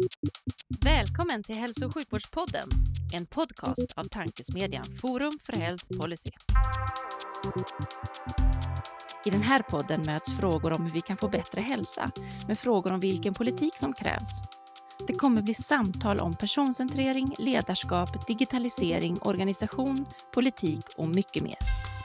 Välkommen till Hälso- och sjukvårdspodden, en podcast av tankesmedjan Forum för Health Policy. I den här podden möts frågor om hur vi kan få bättre hälsa med frågor om vilken politik som krävs. Det kommer bli samtal om personcentrering, ledarskap, digitalisering, organisation, politik och mycket mer.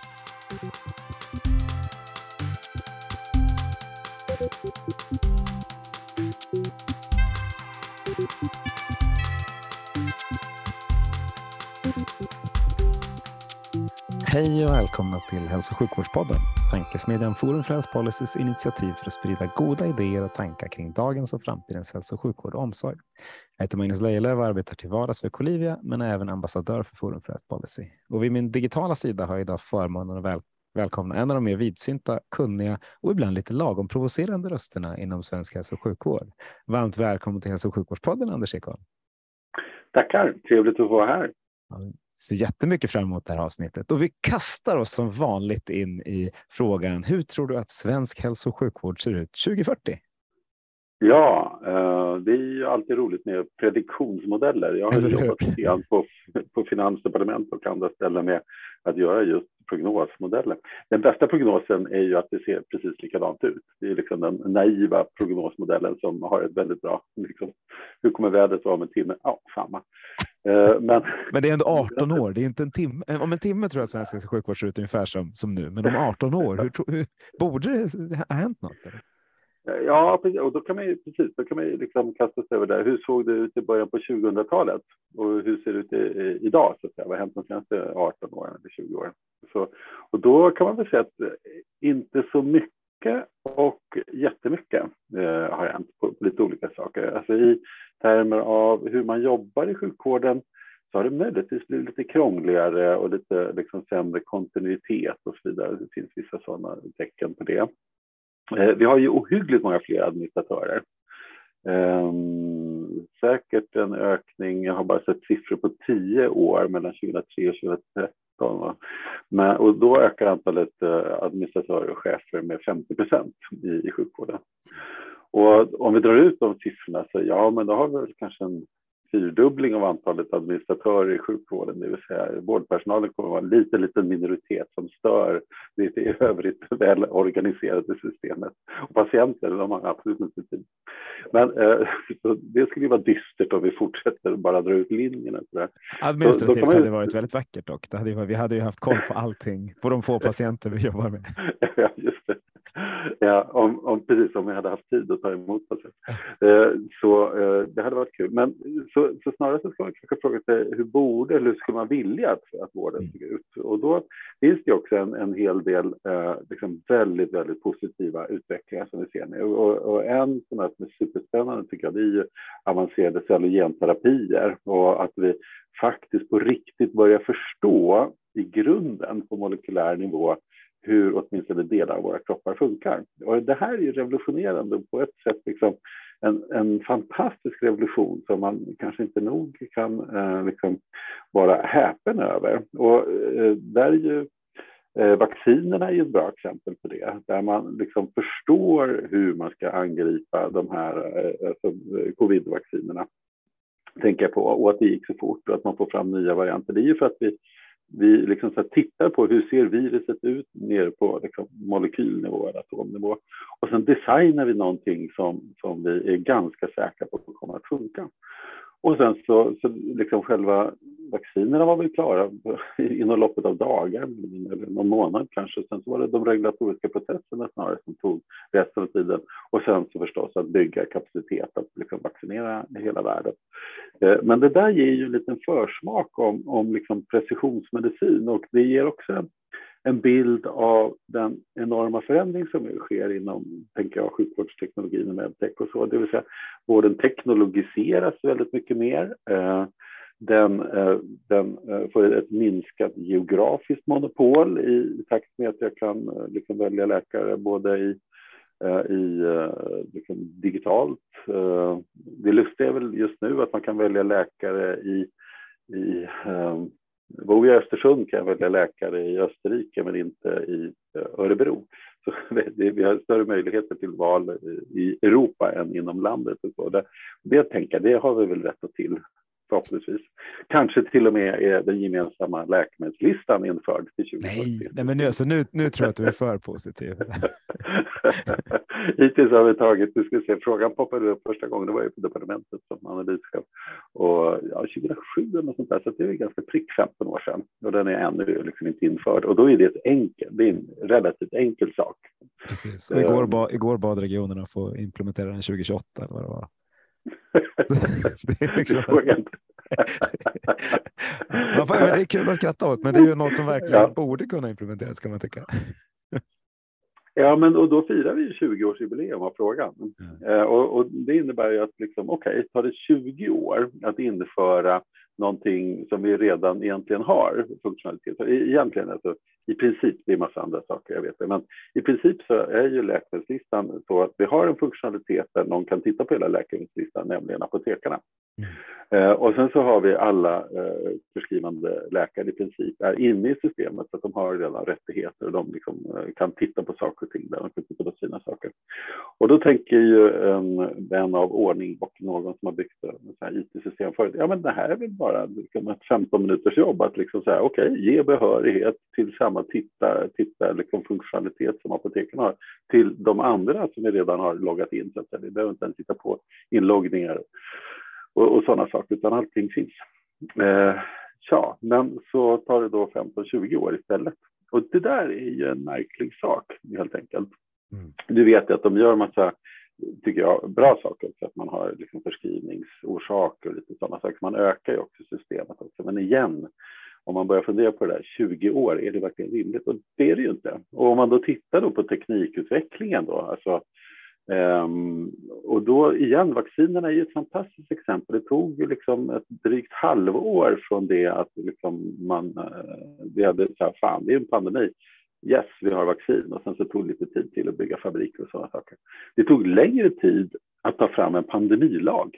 Hej och välkomna till Hälso- och sjukvårdspodden, tankesmedjan Forum för Health Policys initiativ för att sprida goda idéer och tankar kring dagens och framtidens hälso- och sjukvård och omsorg. Jag heter Magnus Lejelöw och arbetar till vardags för Colivia, men är även ambassadör för Forum för Health Policy. Och vid min digitala sida har jag idag förmånen att välkomna en av de mer vidsynta, kunniga och ibland lite lagom provocerande rösterna inom svensk hälso- och sjukvård. Varmt välkommen till Hälso- och sjukvårdspodden, Anders Ekholm. Tackar, trevligt att vara här. Jag ser jättemycket fram emot det här avsnittet och vi kastar oss som vanligt in i frågan: hur tror du att svensk hälso- och sjukvård ser ut 2040? Ja, det är ju alltid roligt med prediktionsmodeller. Jag har jobbat lite grann på Finansdepartementet och andra ställen med att göra just prognosmodeller. Den bästa prognosen är ju att det ser precis likadant ut. Det är liksom den naiva prognosmodellen som har ett väldigt bra, liksom, hur kommer vädret vara om en timme? Ja, samma. Men det är ändå 18 år, det är inte en timme. Om en timme tror jag att svensk hälso- och sjukvård ser ut ungefär som nu. Men om 18 år, hur borde det ha hänt något? Eller? Ja, och då kan man ju liksom kasta sig över det. Hur såg det ut i början på 2000-talet? Och hur ser det ut idag? Så att säga? Vad har hänt de senaste 18 åren eller 20 åren? Och då kan man väl säga att inte så mycket och jättemycket har hänt på lite olika saker. Alltså i termer av hur man jobbar i sjukvården så har det möjligtvis blivit lite krångligare och lite liksom sämre kontinuitet och så vidare. Det finns vissa sådana tecken på det. Vi har ju ohyggligt många fler administratörer. Säkert en ökning, jag har bara sett siffror på 10 år mellan 2003 och 2013. Och då ökar antalet administratörer och chefer med 50% i sjukvården. Och om vi drar ut de siffrorna så ja, men då har vi väl kanske en fyrdubbling av antalet administratörer i sjukvården, det vill säga vårdpersonalen kommer att vara en liten minoritet som stör det i övrigt väl organiserade systemet. Och patienter, de har absolut inte tid. Men så det skulle ju vara dystert om vi fortsätter bara dra ut linjerna. Administrativt hade det varit väldigt vackert dock. Vi hade ju haft koll på allting, på de få patienter vi jobbar med. Ja, just det. Ja, precis som vi hade haft tid att ta emot så det hade varit kul. Men så snarare så ska man försöka fråga sig hur skulle man vilja att vården ser ut? Och då finns det också en hel del liksom väldigt, väldigt positiva utvecklingar som vi ser nu. Och en som är superspännande tycker jag, det är ju avancerade cell- och genterapier och att vi faktiskt på riktigt börjar förstå i grunden på molekylär nivå hur åtminstone delar av våra kroppar funkar. Och det här är ju revolutionerande på ett sätt, liksom en fantastisk revolution som man kanske inte nog kan liksom vara häpen över. Och där är ju vaccinerna är ett bra exempel på det, där man liksom förstår hur man ska angripa de här covid-vaccinerna, tänker jag på, och att det gick så fort och att man får fram nya varianter. Det är ju för att vi liksom så tittar på hur ser viruset ut ner på liksom molekylnivå eller atomnivå. Och sen designar vi någonting som vi är ganska säkra på att kommer att funka. Och sen så liksom själva vaccinerna var väl klara inom loppet av dagar eller någon månad kanske. Sen så var det de regulatoriska processerna snarare som tog resten av tiden. Och sen så förstås att bygga kapacitet att liksom vaccinera hela världen. Men det där ger ju en liten försmak om liksom precisionsmedicin, och det ger också en bild av den enorma förändring som nu sker inom, tänker jag, sjukvårdsteknologin och medtech och så. Det vill säga, vården teknologiseras väldigt mycket mer. Den får ett minskat geografiskt monopol i takt med att jag kan liksom välja läkare både i liksom digitalt. Det lustiga är väl just nu att man kan välja läkare bor jag i Östersund kan jag välja läkare i Österrike men inte i Örebro. Så vi har större möjligheter till val i Europa än inom landet. Och så. Det tänker det har vi väl rätt till, förhoppningsvis. Kanske till och med är den gemensamma läkemedelslistan införd till 2040. Nej, men nu tror jag att du är för positiv. Hittills har vi tagit, du ska se, frågan poppade upp första gången, det var ju på departementet som analyschef. Och 2007 eller något sånt där, så det är ganska prick 15 år sedan. Och den är ännu liksom inte införd. Och då är det det är en relativt enkel sak. Precis, och igår bad regionerna få implementera den 2028 eller vad det var. Det är liksom... det är kul att skratta åt, men det är ju något som verkligen borde kunna implementeras, kan man tycka. Ja, men och då firar vi 20-årsjubileum av frågan. Och det innebär ju att liksom, tar det 20 år att införa någonting som vi redan egentligen har funktionalitet. Egentligen, alltså, i princip, det är en massa andra saker, jag vet det. Men i princip så är ju läkemedelslistan så att vi har en funktionalitet där någon kan titta på hela läkemedelslistan, nämligen apotekarna. Och sen så har vi alla förskrivande läkare i princip är inne i systemet, så att de har redan rättigheter och de liksom, kan titta på saker och ting där de kan titta på sina saker. Och då tänker ju en vän av ordning och någon som har byggt ett IT-system förut, ja men det här är väl bara ett 15 minuters jobb att liksom säga ge behörighet till samma titta liksom funktionalitet som apoteken har till de andra som vi redan har loggat in, så att vi behöver inte ens titta på inloggningar och sådana saker, utan allting finns. Men så tar det då 15-20 år istället. Och det där är ju en märklig sak, helt enkelt. Du vet att de gör massa, tycker jag, bra saker, så att man har liksom förskrivningsorsaker och lite sådana saker. Man ökar ju också systemet också. Men igen, om man börjar fundera på det där, 20 år, är det verkligen rimligt? Och det är det ju inte. Och om man då tittar då på teknikutvecklingen då, alltså och då igen, vaccinerna är ju ett fantastiskt exempel. Det tog ju liksom ett drygt halvår från det att liksom vi hade så här, fan, det är en pandemi. Yes, vi har vaccin, och sen så tog det lite tid till att bygga fabriker och sådana saker. Det tog längre tid att ta fram en pandemilag.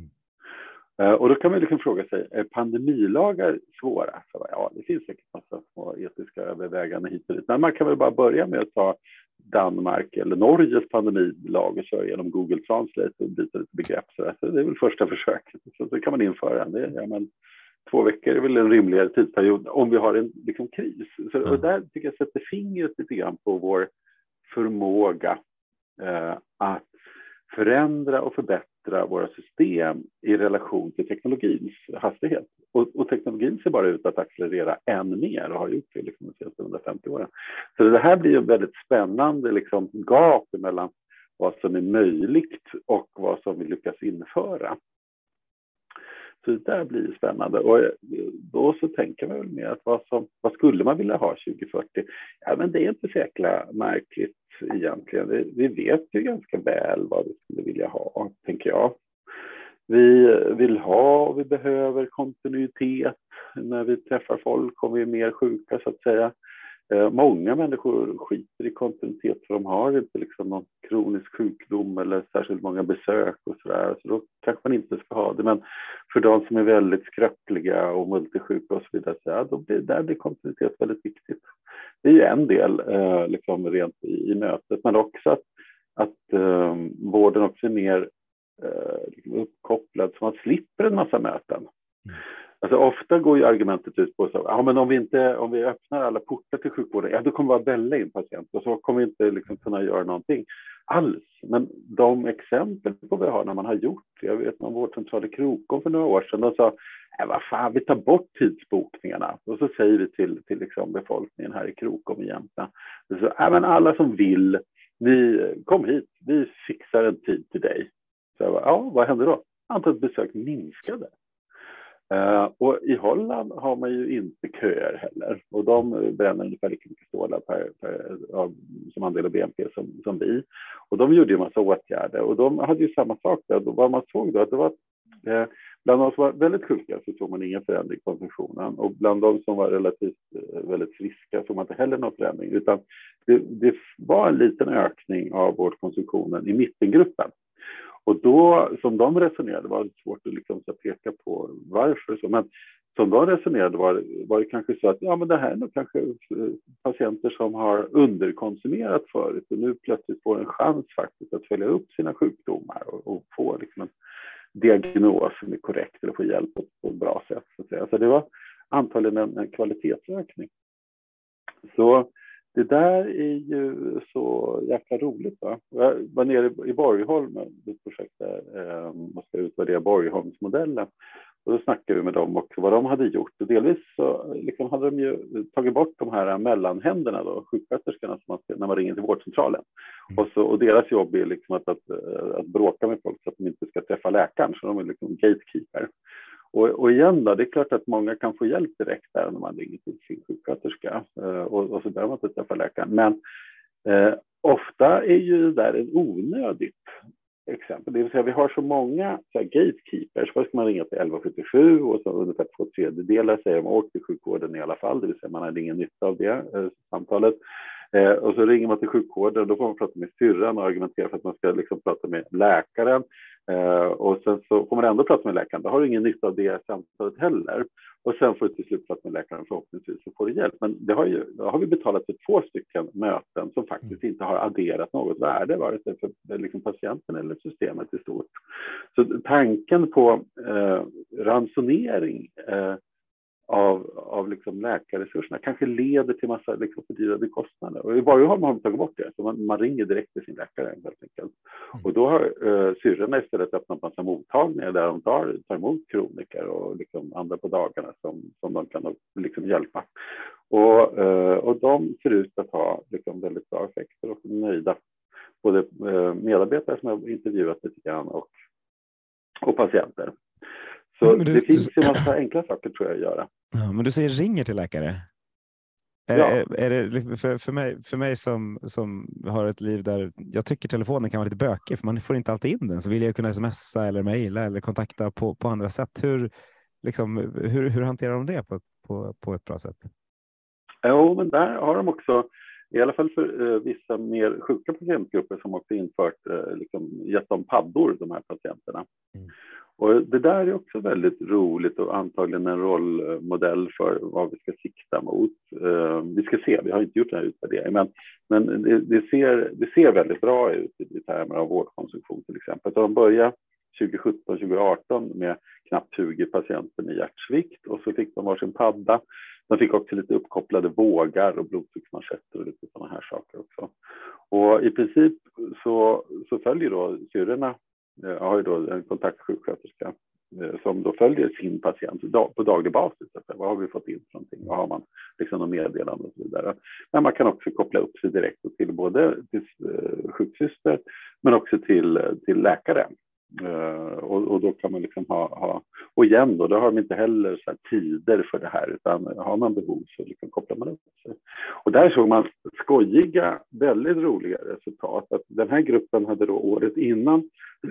Och då kan man liksom fråga sig, är pandemilagar svåra? Så, ja, det finns säkert massa små etiska överväganden hit och dit. Men man kan väl bara börja med att ta Danmark eller Norges pandemilag och köra genom Google Translate och byta lite begrepp. Så det är väl första försöket. Så kan man införa det. 2 veckor är väl en rimligare tidsperiod om vi har en liksom, kris. Och där tycker jag sätter fingret lite grann på vår förmåga att förändra och förbättra våra system i relation till teknologins hastighet. Och teknologin ser bara ut att accelerera än mer och har gjort det liksom de senaste 150 åren. Så det här blir ju väldigt spännande liksom, gap mellan vad som är möjligt och vad som vi lyckas införa. Så det där blir spännande. Och då så tänker man väl med att vad skulle man vilja ha 2040? Ja, men det är inte så jäkla märkligt egentligen. Vi vet ju ganska väl vad vi skulle vilja ha, tänker jag. Vi vill ha och vi behöver kontinuitet när vi träffar folk om vi är mer sjuka, så att säga. Många människor skiter i kontinuitet för de har inte liksom någon kronisk sjukdom eller särskilt många besök och sådär. Så då kanske man inte ska ha det. Men för de som är väldigt skröpliga och multisjuka och så vidare, så där blir kontinuitet väldigt viktigt. Det är ju en del liksom rent i mötet, men också att vården också är mer uppkopplad så man slipper en massa möten. Alltså ofta går ju argumentet ut på så, men om vi öppnar alla portar till sjukvården, då kommer det vara välla in patient och så kommer vi inte liksom kunna göra någonting alls. Men de exempel på vi har när man har gjort, jag vet någon vårdcentral i Krokom för några år sedan, de sa, vad fan, vi tar bort tidsbokningarna. Och så säger vi till liksom befolkningen här i Krokom i Jämtland, så, men alla som vill, kom hit, vi fixar en tid till dig. Så vad händer då? Antalet besök minskade. Och i Holland har man ju inte köer heller. Och de bränner ungefär lika mycket stålar som andel av BNP som vi. Och de gjorde ju en massa åtgärder. Och de hade ju samma sak där. Vad man såg då, att det var bland de som var väldigt sjuka så såg man ingen förändring i konsumtionen. Och bland de som var relativt väldigt friska såg man inte heller någon förändring. Utan det var en liten ökning av vårdkonsumtionen i mittengruppen. Och då, som de resonerade, var det svårt att liksom peka på varför. Men som de resonerade var det kanske så att men det här är nog kanske patienter som har underkonsumerat förut och nu plötsligt får en chans faktiskt att följa upp sina sjukdomar och få liksom en diagnos som är korrekt eller få hjälp på ett bra sätt. Så att säga. Så det var antagligen en kvalitetsökning. Så det där är ju så jäkla roligt. Va? Jag var nere i Borgholm med ett projekt där man ska utvärdera Borgholmsmodellen. Och då snackade vi med dem också vad de hade gjort. Och delvis så liksom hade de ju tagit bort de här mellanhänderna då, sjuksköterskorna som när man ringer till vårdcentralen. Och deras jobb är liksom att bråka med folk så att de inte ska träffa läkaren. Så de är liksom gatekeeper. Och igen då, det är klart att många kan få hjälp direkt där när man ringer till sin sjuksköterska. Och så behöver man inte träffa läkaren. Men ofta är ju det där en onödigt exempel. Det vill säga vi har så många så här gatekeepers. Först ska man ringa till 1177 och så ungefär 2/3 säger de åk till sjukvården i alla fall. Det vill säga man har ingen nytta av det samtalet. Och så ringer man till sjukvården och då får man prata med syrran och argumentera för att man ska liksom prata med läkaren. Och sen så får man ändå prata med läkaren. Då har du ingen nytta av det samtalet heller. Och sen får du till slut prata med läkaren förhoppningsvis så får du hjälp. Men då har vi betalat för 2 stycken möten som faktiskt inte har adderat något värde vare sig för liksom patienten eller systemet i stort. Så tanken på ransonering av liksom läkarresurserna kanske leder till massa liksom fördyrade kostnader. Och i Borgholm har man tagit bort det. Så man ringer direkt till sin läkare helt enkelt. Och då har syrrorna istället öppnat massa mottagningar där de tar emot kroniker och liksom andra på dagarna som de kan liksom hjälpa. Och de ser ut att ha liksom väldigt bra effekter och nöjda. Både medarbetare som har intervjuat lite grann och patienter. Så det finns ju massa enkla saker tror jag att göra. Ja, men du säger ringer till läkare. Är det för mig som har ett liv där jag tycker telefonen kan vara lite bökig för man får inte alltid in den, så vill jag kunna smsa eller mejla eller kontakta på andra sätt. Hur hanterar de det på ett bra sätt? Jo, men där har de också, i alla fall för vissa mer sjuka patientgrupper som också infört, gett dem paddor, de här patienterna. Och det där är också väldigt roligt och antagligen en rollmodell för vad vi ska sikta mot. Vi ska se, vi har inte gjort den här utvärderingen, men det ser väldigt bra ut i termer av vårdkonsumtion till exempel. Så de började 2017-2018 med knappt 20 patienter med hjärtsvikt och så fick de varsin padda. De fick också lite uppkopplade vågar och blodtrycksmanschetter och lite sådana här saker också. Och i princip så följer då syrrorna, jag har ju då en kontaktsjuksköterska som då följer sin patient på daglig basis. Vad har vi fått in för någonting? Vad har man liksom något meddelande och så vidare. Men man kan också koppla upp sig direkt till både till sjuksyster men också till läkare. Och då kan man liksom ha och igen då har de inte heller så här tider för det här utan har man behov så liksom kopplar man upp sig. Och där såg man skojiga, väldigt roliga resultat. Att den här gruppen hade då året innan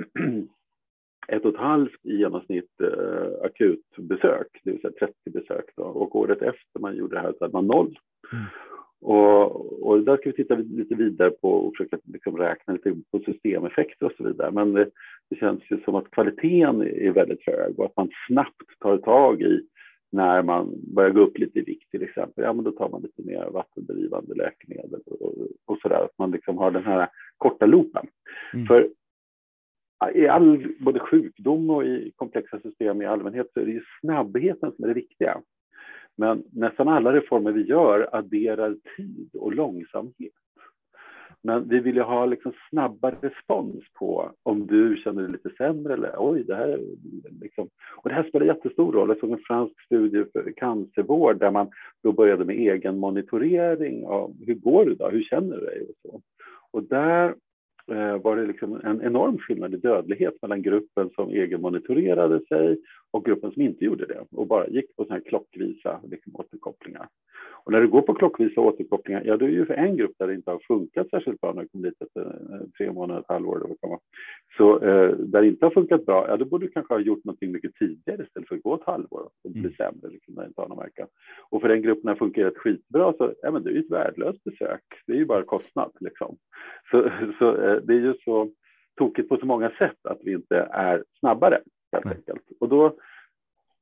1,5 i genomsnitt akutbesök, det vill säga 30 besök då. Och året efter man gjorde det här så hade man 0. Och där ska vi titta lite vidare på och försöka liksom räkna lite på systemeffekter och så vidare. Men det känns ju som att kvaliteten är väldigt hög och att man snabbt tar tag i när man börjar gå upp lite i vikt till exempel. Ja, men då tar man lite mer vattendrivande läkemedel och sådär. Att man liksom har den här korta loopen. För i både sjukdom och i komplexa system i allmänhet så är det ju snabbheten som är det viktiga. Men nästan alla reformer vi gör adderar tid och långsamhet. Men vi vill ju ha liksom snabbare respons på om du känner dig lite sämre eller oj, det här liksom. Och det här spelar jättestor roll. Jag såg en fransk studie för cancervård där man då började med egen monitorering av hur går det då, hur känner du dig och så. Och där var det liksom en enorm skillnad i dödlighet mellan gruppen som egenmonitorerade sig och gruppen som inte gjorde det och bara gick på såna här klockvisa liksom, återkopplingar. Och när du går på klockvisa återkopplingar, ja, det är ju för en grupp där det inte har funkat särskilt bra när det kommer dit efter 3 månader, ett halvår. Så där det inte har funkat bra, ja, då borde du kanske ha gjort någonting mycket tidigare istället för att gå ett halvår och bli sämre liksom, när det inte har någon verkan. Och för den gruppen har fungerat skitbra så ja, men det är ju ett värdelöst besök. Det är ju bara kostnad liksom. Så det är ju så tokigt på så många sätt att vi inte är snabbare helt enkelt. Och då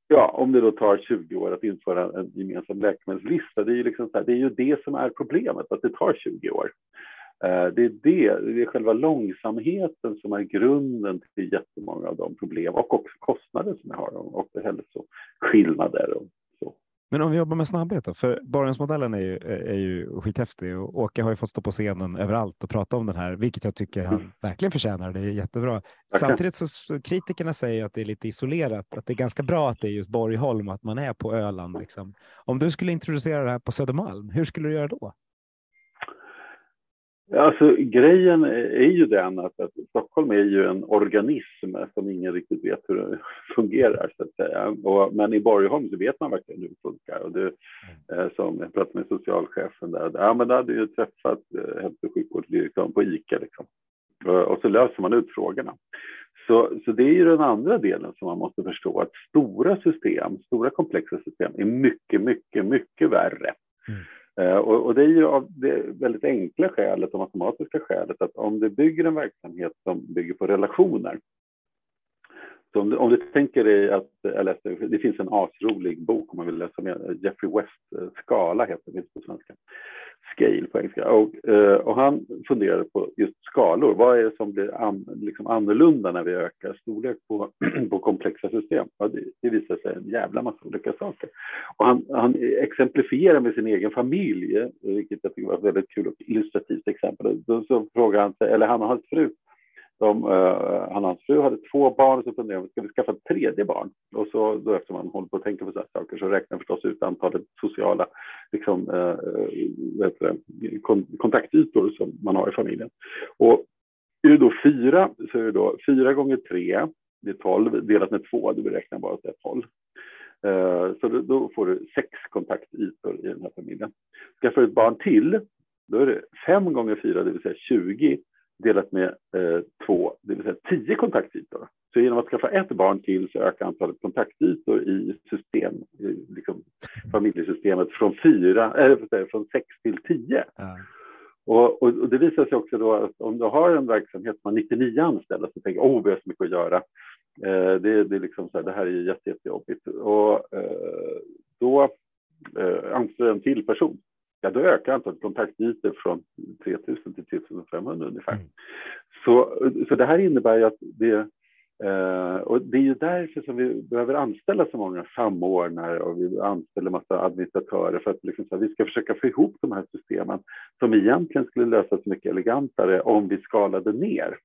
Ja, om det då tar 20 år att införa en gemensam läkemedelslista, det är ju liksom så här, det är ju det som är problemet, att det tar 20 år. Det är själva långsamheten som är grunden till jättemånga av de problem och också kostnader som vi har och hälsoskillnader och så. Men om vi jobbar med snabbhet då, för borgensmodellen är ju skithäftig och Åke har ju fått stå på scenen överallt och prata om den här, vilket jag tycker han verkligen förtjänar. Det är jättebra. Samtidigt så kritikerna säger att det är lite isolerat, att det är ganska bra att det är just Borgholm och att man är på Öland. Liksom. Om du skulle introducera det här på Södermalm, hur skulle du göra då? Alltså grejen är ju den att Stockholm är ju en organism som ingen riktigt vet hur det fungerar så att säga. Men i Borgholm så vet man verkligen hur det funkar. Och det, som jag pratade med socialchefen där, ja men där hade ju träffat hälso- och sjukvårdsdirektören på ICA liksom. Och så löser man ut frågorna. Så det är ju den andra delen som man måste förstå, att stora komplexa system är mycket, mycket, mycket värre. Och det är ju av det väldigt enkla skälet och matematiska skälet att om du bygger en verksamhet som bygger på relationer. Så om du tänker dig att, det finns en asrolig bok om man vill läsa mer, Jeffrey West, Skala heter det på svenska, Scale på engelska. Och han funderade på just skalor. Vad är det som blir liksom annorlunda när vi ökar storlek på komplexa system? Ja, det visar sig en jävla massa olika saker. Och han exemplifierar med sin egen familj, vilket jag tycker var ett väldigt kul och illustrativt exempel. Då så frågar han sig, eller han och hans fru, han och hans fru hade 2 barn, så funderade ska vi skaffa ett 3:e barn? Och så då efter man håller på att tänka på sådana saker så räknar förstås ut antalet sociala liksom, kontaktytor som man har i familjen. Och är det då 4 så är det då 4 gånger 3, det är 12, delat med 2, det beräknar bara att det är 12. Så då får du 6 kontaktytor i den här familjen. Skaffar du ett barn till, då är det 5 gånger 4, det vill säga 20, delat med 2, det vill säga 10 kontaktytor. Så genom att skaffa ett barn till så ökar antalet kontaktytor i system, liksom familjesystemet från 6 till 10. Ja. Och det visar sig också då att om du har en verksamhet som har 99 anställda så tänker jag, vi har så mycket att göra. Det är liksom så här, det här är jättejobbigt. Och då anställer en till person. Ja, då ökar antalet kontaktytor från 3000 till 3500 ungefär. Så det här innebär ju att och det är ju därför som vi behöver anställa så många samordnare och vi anställer massa administratörer för att liksom så här, vi ska försöka få ihop de här systemen som egentligen skulle lösas mycket elegantare om vi skalade ner.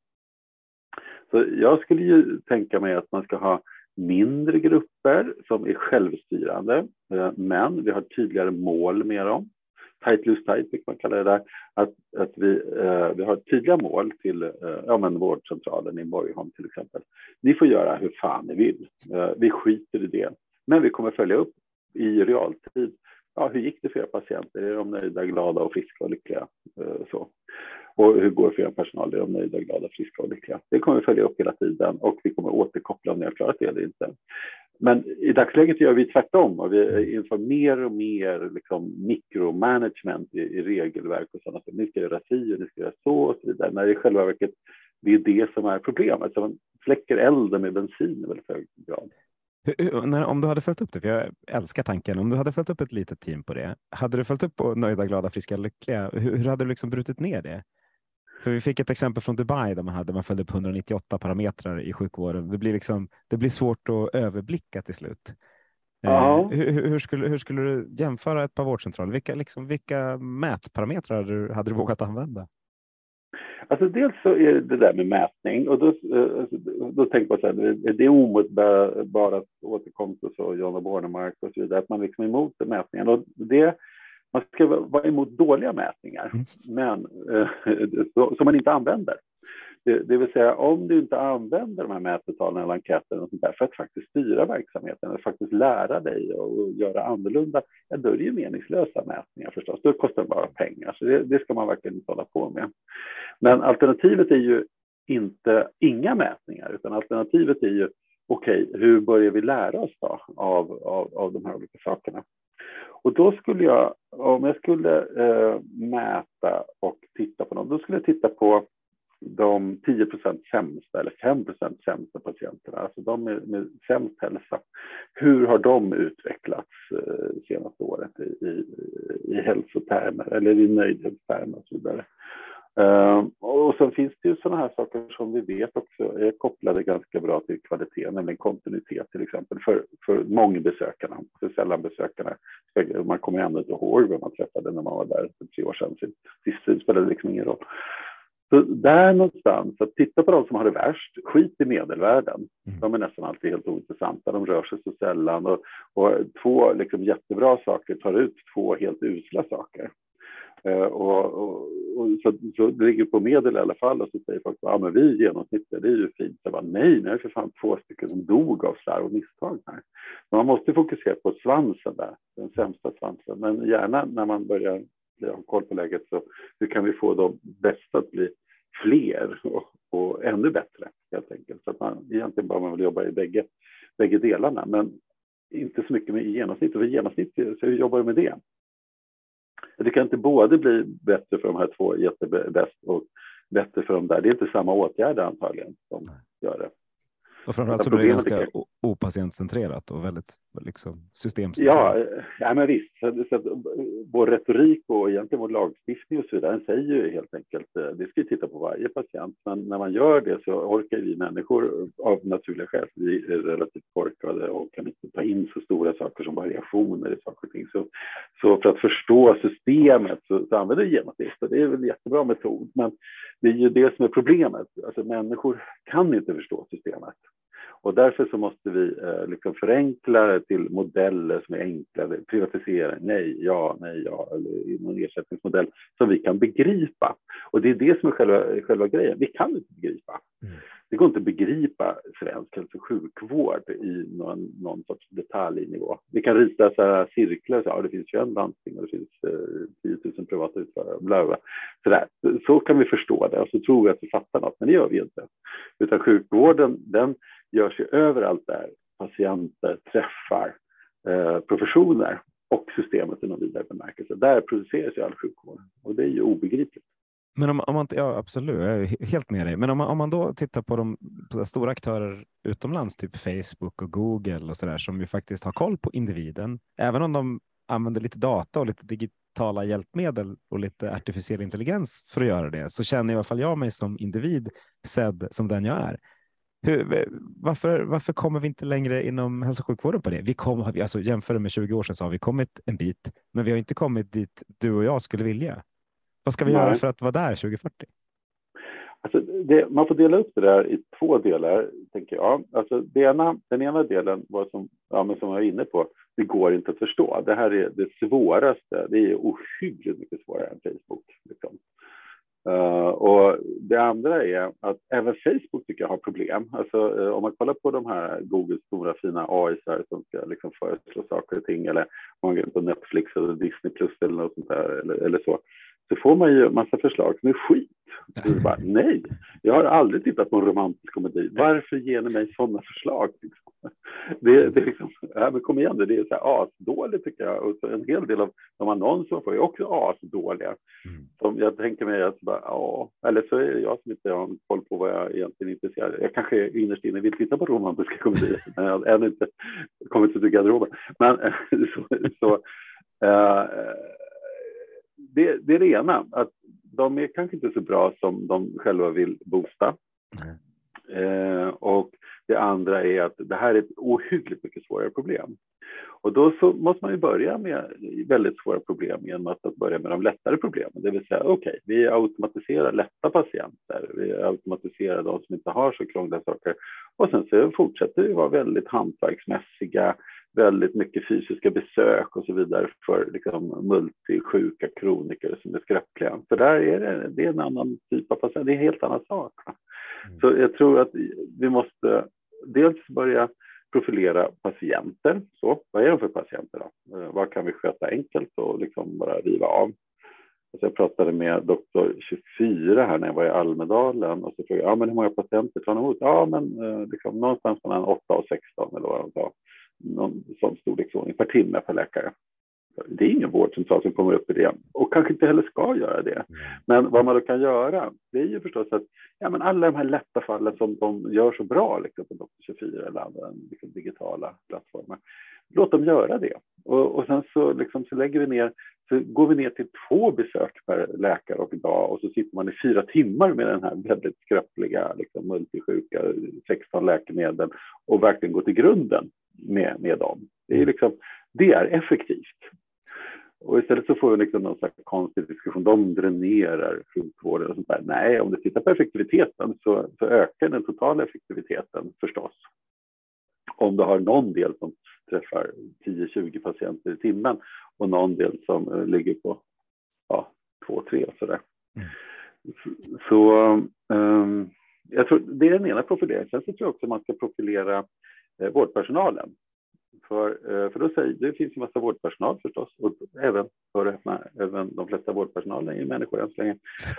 Så jag skulle ju tänka mig att man ska ha mindre grupper som är självstyrande, men vi har tydligare mål med dem. Tight, loose, tight, vilket man kallar det där. Att vi har tydliga mål till vårdcentralen i Borgholm till exempel. Ni får göra hur fan ni vill. Vi skiter i det. Men vi kommer följa upp i realtid. Ja, hur gick det för era patienter? Är de nöjda, glada och friska och lyckliga? Så. Och hur går det för er personal? Är de nöjda, glada, friska och lyckliga? Det kommer vi följa upp hela tiden och vi kommer återkoppla om ni har klarat det eller inte. Men i dagsläget gör vi tvärtom och vi inför mer och mer liksom mikromanagement i regelverk och sådana saker. Ni ska göra si och ni ska göra så och så vidare. När i själva verket det är det som är problemet. Så man släcker elden med bensin i väldigt hög grad. Om du hade följt upp det, för jag älskar tanken, om du hade följt upp ett litet team på det, hade du följt upp på nöjda, glada, friska, lyckliga, hur hade du liksom brutit ner det? För vi fick ett exempel från Dubai där man följde upp 198 parametrar i sjukvården. Det blir svårt att överblicka till slut. Ja. Hur skulle du jämföra ett par vårdcentraler? Vilka mätparametrar hade du vågat använda? Alltså dels så är det där med mätning och då tänker man så här, det är omedelbart återkomst och så, John Bornemark och så vidare, att man liksom är emot mätningen och man ska vara emot dåliga mätningar, men som man inte använder. Det vill säga, om du inte använder de här mätdetaljerna eller enkäterna och sånt där för att faktiskt styra verksamheten eller faktiskt lära dig och göra annorlunda, ja, då är det ju meningslösa mätningar förstås. Då kostar det bara pengar, så det ska man verkligen inte hålla på med. Men alternativet är ju inte inga mätningar, utan alternativet är ju okej, hur börjar vi lära oss då av de här olika sakerna? Och då skulle jag, om jag skulle mäta och titta på dem, då skulle jag titta på de 10% sämsta eller 5% sämsta patienterna, alltså de med sämst hälsa. hur har de utvecklats senaste året i hälsotermer eller i nöjdhetstermer och så vidare. Och sen finns det ju sådana här saker som vi vet också är kopplade ganska bra till kvalitet, nämligen kontinuitet till exempel för många besökarna, för sällan besökarna. Man kommer ändå inte ihåg vem man träffade när man var där för 3 år sedan. Sist spelade det liksom ingen roll. Så där någonstans, att titta på de som har det värst, skit i medelvärden. De är nästan alltid helt ointressanta, de rör sig så sällan och 2 liksom jättebra saker tar ut 2 helt usla saker. Så det ligger på medel i alla fall och så säger folk, ja men vi genomsnittliga, det är ju fint. Så bara, nej för fan 2 stycken som dog av slarv och misstag här. Men man måste fokusera på svansen där, den sämsta svansen. Men gärna när man börjar ha koll på läget så hur kan vi få de bästa att bli fler och ännu bättre helt enkelt. Så att man egentligen bara man vill jobba i bägge delarna, men inte så mycket med i genomsnitt. Och i genomsnitt så jobbar vi med det. Det kan inte både bli bättre för de här 2 jättebäst och bättre för de där. Det är inte samma åtgärder antagligen som gör det. Och framförallt så blir det ganska opatientcentrerat och väldigt liksom systemcentrerat. Ja, men visst. Så att vår retorik och egentligen vår lagstiftning och så vidare, den säger ju helt enkelt, det ska vi titta på varje patient. Men när man gör det så orkar vi människor av naturliga skäl, vi är relativt korkade och kan inte ta in så stora saker som variationer i saker och ting. Så för att förstå systemet så använder vi genomsnitt. Det är väl en jättebra metod, men det är ju det som är problemet. Alltså människor kan inte förstå systemet. Och därför så måste vi liksom förenkla till modeller som är enklare, privatisera, nej, ja, eller någon ersättningsmodell som vi kan begripa. Och det är det som är själva grejen. Vi kan inte begripa. Det går inte att begripa svensk hälso- och sjukvård i någon sorts detaljnivå. Vi kan rita så här cirklar, så det finns 21 landsting och det finns 10 000 privata utförare. Så kan vi förstå det och så tror vi att vi fattar något, men det gör vi inte. Utan sjukvården, den gör sig överallt där patienter träffar professioner och systemet i någon vidare bemärkelse. Där produceras ju all sjukvård och det är ju obegripligt. Men om man, ja absolut, jag är helt med dig. Men om man då tittar på på stora aktörer utomlands, typ Facebook och Google och sådär, som ju faktiskt har koll på individen, även om de använder lite data och lite digitala hjälpmedel och lite artificiell intelligens för att göra det, så känner i alla fall jag mig som individ sedd som den jag är. Varför kommer vi inte längre inom hälso- och sjukvården på det? Alltså jämfört med 20 år sedan så har vi kommit en bit, men vi har inte kommit dit du och jag skulle vilja. Vad ska vi göra för att vara där 2040? Alltså man får dela upp det där i 2 delar, tänker jag. Alltså den ena delen var som jag var inne på, det går inte att förstå. Det här är det svåraste. Det är ohyggligt mycket svårare än Facebook. Liksom. Och det andra är att även Facebook tycker jag har problem. Alltså om man kollar på de här Googles stora fina AI som ska liksom föreslå saker och ting, eller om man går på Netflix eller Disney Plus eller något sånt där eller så får man ju massa förslag som är skit. Så bara, nej, jag har aldrig tittat på en romantisk komedi. Varför ger ni mig sådana förslag? Liksom? Det är liksom, men kom igen, det är så här asdåligt tycker jag. Och så en hel del av de annonser får är också asdåliga. Som jag tänker mig att eller så är det jag som inte har koll på vad jag egentligen är intresserad. Jag kanske innerst inne vill titta på romantiska komedier, men jag har ännu inte kommit till garderoben. Men det är det ena, att de är kanske inte så bra som de själva vill boosta. Och det andra är att det här är ett ohyggligt mycket svårare problem. Och då så måste man ju börja med väldigt svåra problem genom att börja med de lättare problemen. Det vill säga, vi automatiserar lätta patienter. Vi automatiserar de som inte har så krångliga saker. Och sen så fortsätter vi vara väldigt hantverksmässiga, väldigt mycket fysiska besök och så vidare för liksom multisjuka kroniker som är skröpliga. För där är det är en annan typ av patient, det är en helt annan sak. Så jag tror att vi måste dels börja profilera patienter. Så, vad är de för patienter då? Vad kan vi sköta enkelt och liksom bara riva av? Så jag pratade med doktor 24 här när jag var i Almedalen och så frågade jag, men hur många patienter tar han emot? Ja, men liksom någonstans mellan 8 och 16 eller vad de sa. Någon sån storleksordning per timme per läkare. Det är ingen vårdcentral som kommer upp i det och kanske inte heller ska göra det. Men vad man då kan göra, det är ju förstås att men alla de här lätta fallen som de gör så bra liksom, på Doktor24 eller andra liksom, digitala plattformar, låt dem göra det. Och sen så, liksom, så går vi ner till 2 besök per läkare och dag och så sitter man i 4 timmar med den här väldigt skröpliga liksom, multisjuka 16 läkemedel och verkligen går till grunden med dem. Det är effektivt. Och istället så får vi liksom någon slags konstig diskussion. De dränerar sjukvården och sånt där. Nej, om du tittar på effektiviteten så ökar den totala effektiviteten förstås. Om du har någon del som träffar 10-20 patienter i timmen och någon del som ligger på 2-3 och sådär. Så jag tror det är den ena profileringen. Sen så tror jag också att man ska profilera vårdpersonalen. För då säger det finns ju massa vårdpersonal förstås och även de flesta vårdpersonalen är ju människor än så länge.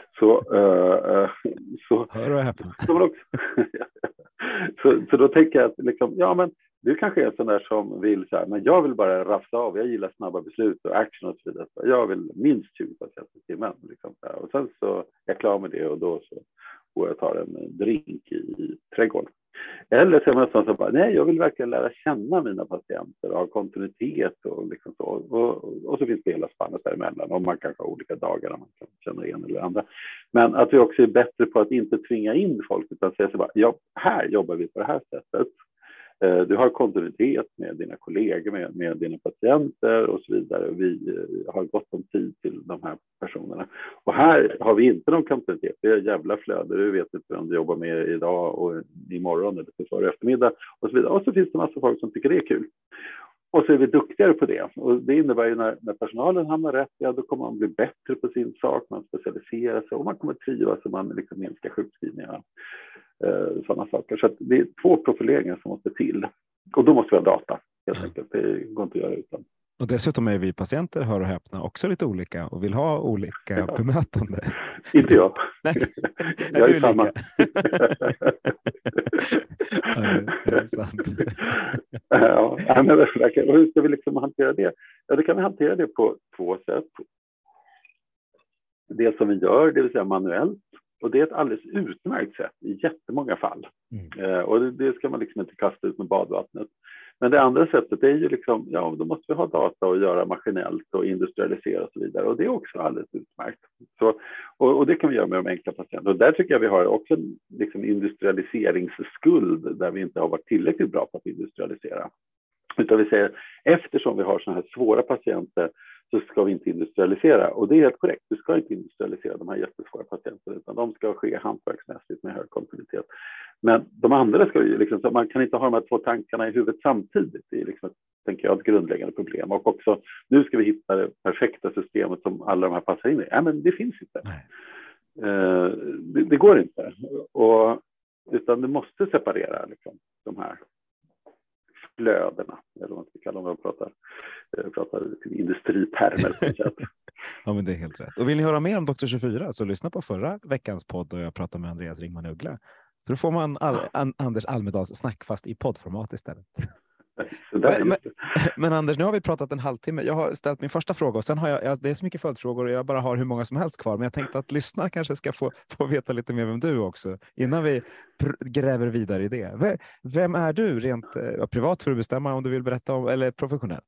Så då tänker jag att liksom, men du kanske är en sån där som vill så här, men jag vill bara rafsa av, jag gillar snabba beslut och action och så vidare. Jag vill minst 20 patienter i timmen liksom, och sen så är jag klar med det och då så går jag och tar en drink i trädgården. Eller så är man så bara, nej, jag vill verkligen lära känna mina patienter och ha kontinuitet och liksom så. Och så finns det hela spannet däremellan. Och man kanske har olika dagar där man kan känna en eller andra. Men att vi också är bättre på att inte tvinga in folk utan säga så bara, här jobbar vi på det här sättet. Du har kontinuitet med dina kollegor, med dina patienter och så vidare. Vi har gott om tid till de här personerna. Och här har vi inte någon kontinuitet. Det är jävla flöde. Du vet inte vem du jobbar med idag och imorgon eller för eftermiddag och så vidare. Och så finns det massa folk som tycker det är kul. Och så är vi duktigare på det. Och det innebär ju när personalen hamnar rätt, då kommer man bli bättre på sin sak. Man specialiserar sig och man kommer trivas och man liksom minskar sjukskrivningarna. Sådana saker. Så att det är 2 profileringar som måste till. Och då måste vi ha data, helt enkelt. Det går inte att göra utan. Och dessutom är vi patienter, hör och häpna, också lite olika och vill ha olika bemötande. Inte jag. Nej, jag är samma. Det är sant. Men hur ska vi liksom hantera det? Ja, det kan vi hantera det på 2 sätt. Det som vi gör, det vill säga manuellt. Och det är ett alldeles utmärkt sätt i jättemånga fall. Och det ska man liksom inte kasta ut med badvattnet. Men det andra sättet är ju liksom, då måste vi ha data och göra maskinellt och industrialisera och så vidare. Och det är också alldeles utmärkt. Så, och det kan vi göra med de enkla patienterna. Och där tycker jag vi har också en liksom industrialiseringsskuld där vi inte har varit tillräckligt bra på att industrialisera. Utan vi säger, eftersom vi har sådana här svåra patienter så ska vi inte industrialisera. Och det är helt korrekt. Du ska inte industrialisera de här jättesvåra patienterna utan de ska ske hantverksmässigt med hög kontinuitet. Men de andra ska ju liksom, så man kan inte ha de här 2 tankarna i huvudet samtidigt. Det är liksom, tänker jag, ett grundläggande problem. Och också, nu ska vi hitta det perfekta systemet som alla de här passar in i. Men det finns inte. Det går inte. Utan du måste separera liksom, de här flödena, eller vad man ska kalla dem, jag pratar industritermer på något sätt. Ja, men det är helt rätt. Och vill ni höra mer om Doktor24 så lyssna på förra veckans podd och jag pratade med Andreas Ringman Uggla. Så då får man Anders Almedals snack fast i poddformat istället. Men Anders, nu har vi pratat en halvtimme. Jag har ställt min första fråga och sen har jag det är så mycket följdfrågor och jag bara har hur många som helst kvar. Men jag tänkte att lyssnare kanske ska få veta lite mer vem du också innan vi gräver vidare i det. Vem är du rent privat för att bestämma om du vill berätta om eller professionellt?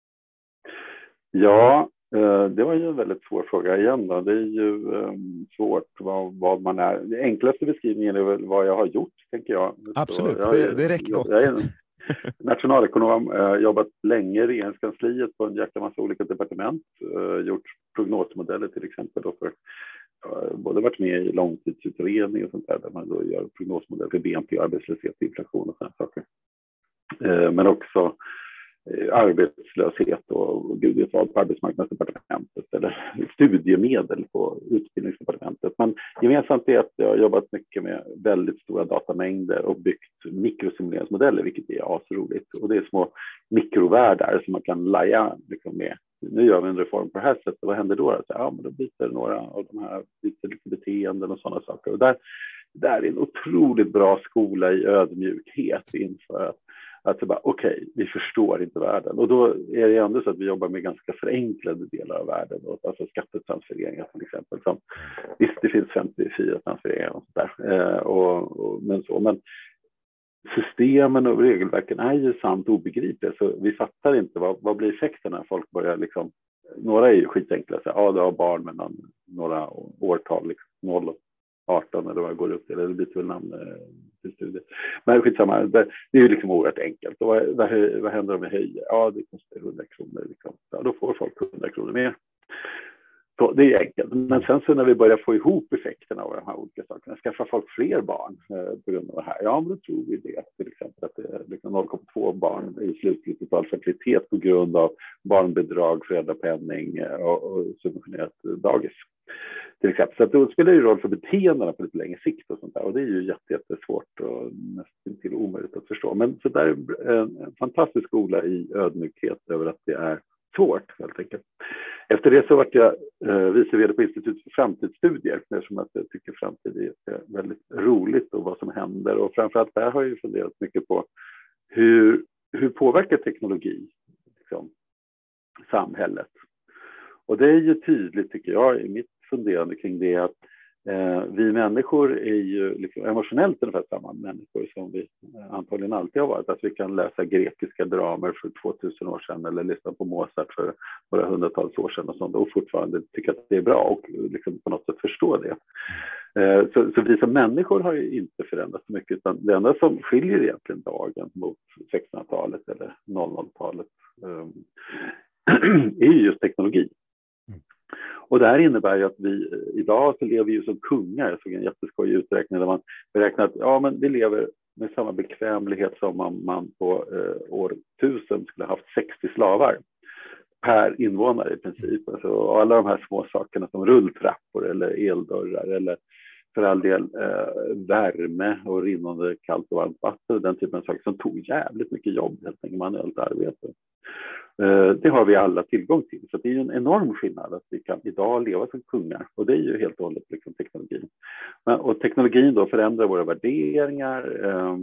Ja, det var ju en väldigt svår fråga igen då. Det är ju svårt vad man är. Den enklaste beskrivningen är väl vad jag har gjort, tänker jag. Absolut, det räcker gott. Jag är en nationalekonom, jobbat länge i regeringskansliet på en jäkla massa olika departement. Gjort prognosmodeller till exempel då för både varit med i långtidsutredning och sånt där man då gör prognosmodeller för BNP, arbetslöshet, inflation och sådana saker. Men också arbetslöshet och gud vet vad på arbetsmarknadsdepartementet eller studiemedel på utbildningsdepartementet. Men gemensamt är att jag har jobbat mycket med väldigt stora datamängder och byggt mikrosimuleringsmodeller, vilket är asroligt. Och det är små mikrovärldar som man kan laja liksom med. Nu gör vi en reform på det här sättet. Vad händer då? Men då byter några av de här byter lite beteenden och sådana saker. Och där är en otroligt bra skola i ödmjukhet inför Att okej, vi förstår inte världen. Och då är det ändå så att vi jobbar med ganska förenklade delar av världen. Alltså skattetransfereringar till exempel. Visst, det finns 54 transfereringar och sånt där. Men systemen och regelverken är ju samt obegripliga. Så vi fattar inte vad blir effekterna när folk börjar liksom. Några är ju skitenkla. Så, du har barn mellan några årtal, liksom 0 och 18 eller vad går upp till. Eller det blir väl namn till studier. Men skitsamma, det är ju liksom oerhört enkelt. Och vad händer om vi höjer? Ja, det kostar 100 kronor. Liksom. Ja, då får folk 100 kronor mer. Så det är enkelt. Men sen så när vi börjar få ihop effekterna av de här olika sakerna, skaffar folk fler barn på grund av det här? Ja, men då tror vi det. Till exempel att det är liksom 0,2 barn i slutlig total fertilitet på grund av barnbidrag, föräldrapenning och subventionerat dagis. Till exempel. Så att då spelar det roll för beteendena på lite längre sikt och sånt där. Och det är ju jättesvårt och nästan till omöjligt att förstå. Men så där är en fantastisk skola i ödmjukhet över att det är svårt helt enkelt. Efter det så var jag vice vd på Institut för framtidsstudier, eftersom att jag tycker framtid är väldigt roligt och vad som händer. Och framförallt där har jag ju funderat mycket på hur påverkar teknologi liksom, samhället. Och det är ju tydligt tycker jag i mitt funderande kring det att vi människor är ju liksom emotionellt ungefär samma människor som vi antagligen alltid har varit. Att vi kan läsa grekiska dramer för 2000 år sedan eller lyssna på Mozart för några hundratals år sedan och sånt och fortfarande tycka att det är bra och liksom på något sätt förstå det. Så vi som människor har ju inte förändrats så mycket utan det enda som skiljer egentligen dagen mot 1600-talet eller 00-talet är ju just teknologi. Och det här innebär ju att vi idag så lever ju som kungar. Jag såg en jätteskojig uträkning där man beräknar att men vi lever med samma bekvämlighet som om man på år 1000 skulle ha haft 60 slavar per invånare i princip. Alltså, och alla de här små sakerna som rulltrappor eller eldörrar eller för all del värme och rinnande kallt och varmt vatten och den typen av saker som tog jävligt mycket jobb, helt enkelt manuellt arbete. Det har vi alla tillgång till. Så det är ju en enorm skillnad att vi kan idag leva som kungar. Och det är ju helt och hållet liksom teknologin. Och teknologin då förändrar våra värderingar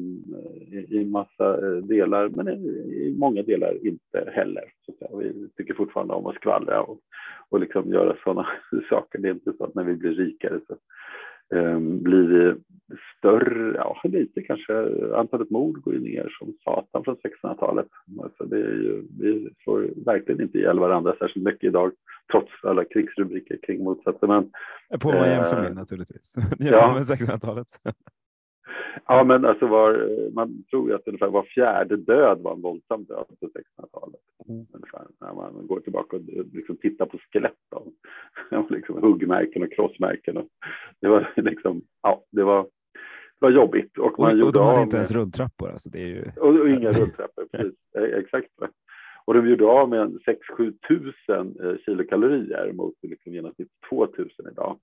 i massa delar. Men i många delar inte heller. Så vi tycker fortfarande om att skvallra och liksom göra sådana saker. Det är inte så att när vi blir rikare så blir vi större, lite kanske. Antalet mord går ju ner som satan från 1600-talet. Alltså det är ju, vi får verkligen inte ihjäl varandra särskilt mycket idag, trots alla krigsrubriker kring motsatsen. Men på vad jämför med naturligtvis. Jämför med 1600-talet. Ja, men alltså man tror ju att ungefär var fjärde död var en våldsam död på 1600-talet. Ungefär, när man går tillbaka och liksom tittar på skelett och liksom huggmärken och krossmärken. Och det var liksom, det var jobbigt. Och de hade inte ens rulltrappor. Alltså det är ju... och inga rulltrappor, precis. Exakt. Och de gjorde av med 6-7 tusen kilokalorier mot liksom genomsnitt 2000 idag.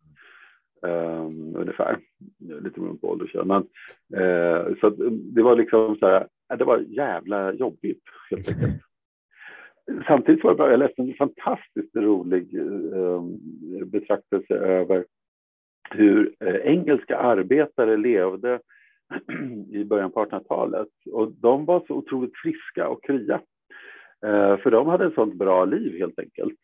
Ungefär lite mer på ålder och men så det var liksom så här, det var jävla jobbigt helt enkelt. Samtidigt var jag läste en fantastiskt rolig betraktelse över hur engelska arbetare levde i början på 1800-talet och de var så otroligt friska och krya för de hade ett sånt bra liv helt enkelt.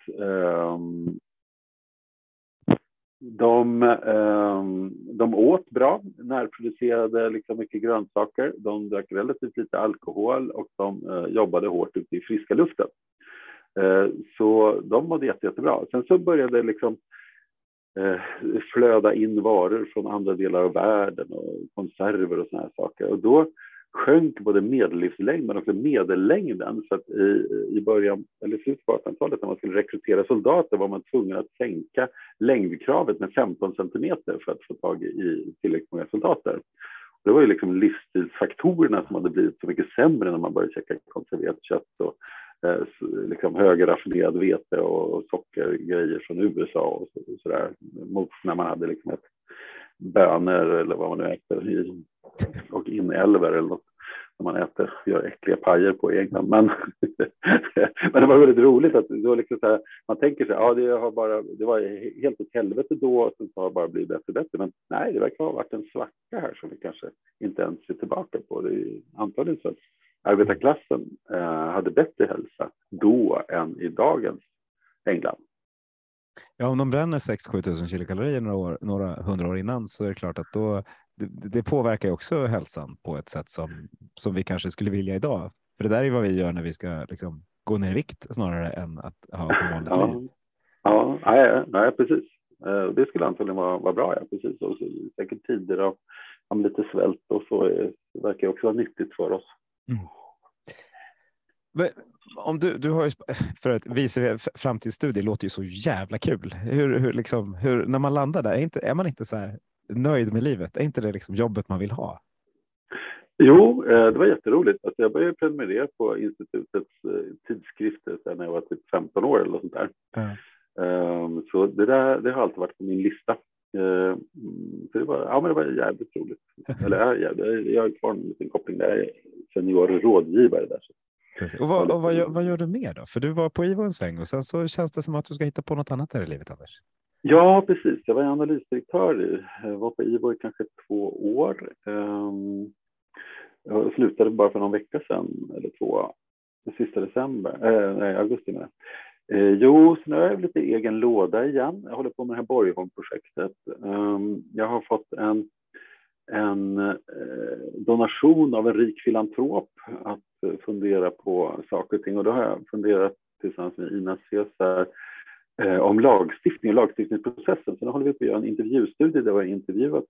De åt bra, närproducerade liksom mycket grönsaker, de drack relativt lite alkohol och de jobbade hårt ute i friska luften. Så de mådde jättebra. Sen så började liksom flöda in varor från andra delar av världen och konserver och såna här saker. Och då sjönk både medellivslängd men också medellängden. Så att i början, eller slutet på 1800-talet när man skulle rekrytera soldater var man tvungen att sänka längdkravet med 15 centimeter för att få tag i tillräckligt många soldater. Och det var ju liksom livsstilsfaktorerna som hade blivit så mycket sämre när man började käka konserverat kött och liksom högraffinerad vete och sockergrejer från USA och sådär. Mot när man hade liksom ett bönor eller vad man nu äter och inälver eller något som man gör äckliga pajer på i England. Men det var väldigt roligt att det var liksom så här, man tänker sig det var helt ett helvete då och sen så har det bara blivit bättre. Men nej, det verkar ha varit en svacka här som vi kanske inte ens ser tillbaka på. Det är antagligen så att arbetarklassen hade bättre hälsa då än i dagens England. Ja, om de bränner 6-7 tusen kilokalorier några 100 år innan, så är det klart att då det påverkar ju också hälsan på ett sätt som vi kanske skulle vilja idag. För det där är vad vi gör när vi ska liksom gå ner i vikt snarare än att ha som vanligt liv. Ja, precis. Det skulle antagligen vara bra, ja, precis. Och så, säkert tider av lite svält och så verkar också vara nyttigt för oss. Mm. Om du har ju, för att visa framtidsstudier låter ju så jävla kul. Hur när man landar där, är man inte så här nöjd med livet? Är inte det liksom jobbet man vill ha? Jo, det var jätteroligt. Alltså jag började prenumerera på institutets tidskrifter när jag var typ 15 år eller sånt där. Så det har alltid varit på min lista. Så det var jävligt roligt. Eller jag har kvar en liten koppling där senior rådgivare där. Och vad gör du mer då? För du var på IVO en sväng och sen så känns det som att du ska hitta på något annat här i livet, Anders. Ja, precis. Jag var analysdirektör. Jag var på IVO i kanske 2 år. Jag slutade bara för någon vecka sedan, eller 2, sista augusti med. Jo, så nu är jag lite egen låda igen. Jag håller på med det här Borgholm-projektet. Jag har fått en donation av en rik filantrop att fundera på saker och ting. Och då har jag funderat tillsammans med Ina Cesar om lagstiftning och lagstiftningsprocessen. Så nu håller vi på att göra en intervjustudie där vi har intervjuat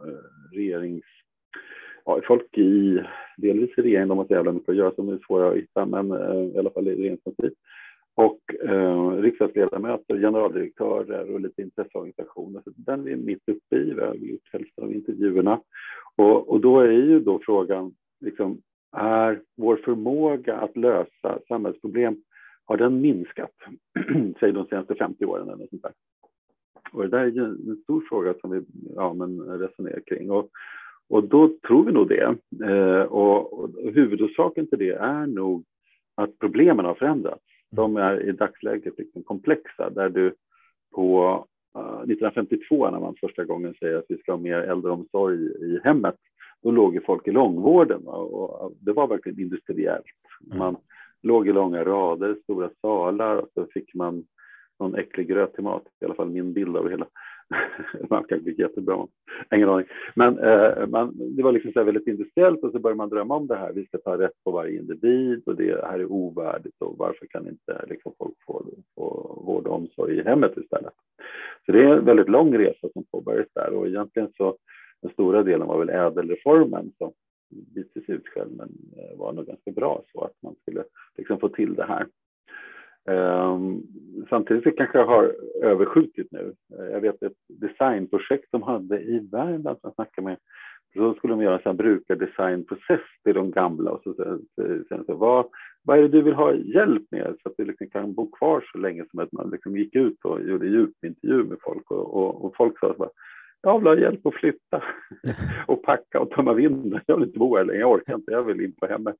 folk delvis i regeringen. De har så jävla mycket att göra som är svåra att hitta, men i alla fall i regeringskansliet. Och riksdagsledamöter, generaldirektörer och lite intresseorganisationer. Så den är vi mitt uppe i. Vi har gjort hälften av intervjuerna. Och då är ju då frågan, liksom, är vår förmåga att lösa samhällsproblem, har den minskat? Säg de senaste 50 åren eller sånt där. Och det där är ju en stor fråga som vi resonerar kring. Och då tror vi nog det. Och huvudorsaken till det är nog att problemen har förändrats. De är i dagsläget liksom komplexa, där du på 1952 när man första gången säger att vi ska ha mer äldreomsorg i hemmet, då låg ju folk i långvården och det var verkligen industriellt. Man låg i långa rader, stora salar, och så fick man någon äcklig gröt till mat, i alla fall min bild av det hela. Man kan bli jättebra, ingen aning. Men det var liksom så väldigt industriellt, och så började man drömma om det här. Vi ska ta rätt på varje individ och det här är ovärdigt, och varför kan inte liksom folk få vård och omsorg i hemmet istället? Så det är en väldigt lång resa som påbörjades där, och egentligen så den stora delen var väl ädelreformen som bitvis ut själv, men var nog ganska bra så att man skulle liksom få till det här. Samtidigt så kanske jag har överskjutit nu. Jag vet ett designprojekt som hade i Värmland som jag snackade med. Så skulle de göra en sån brukardesignprocess till de gamla, och sen vad är det du vill ha hjälp med, så att du liksom kan bo kvar så länge som att man liksom gick ut och gjorde djupintervju med folk, och folk sa så, jag vill ha hjälp att flytta och packa och tömma vinden. Jag vill inte bo här längre, jag orkar inte, jag vill in på hemmet.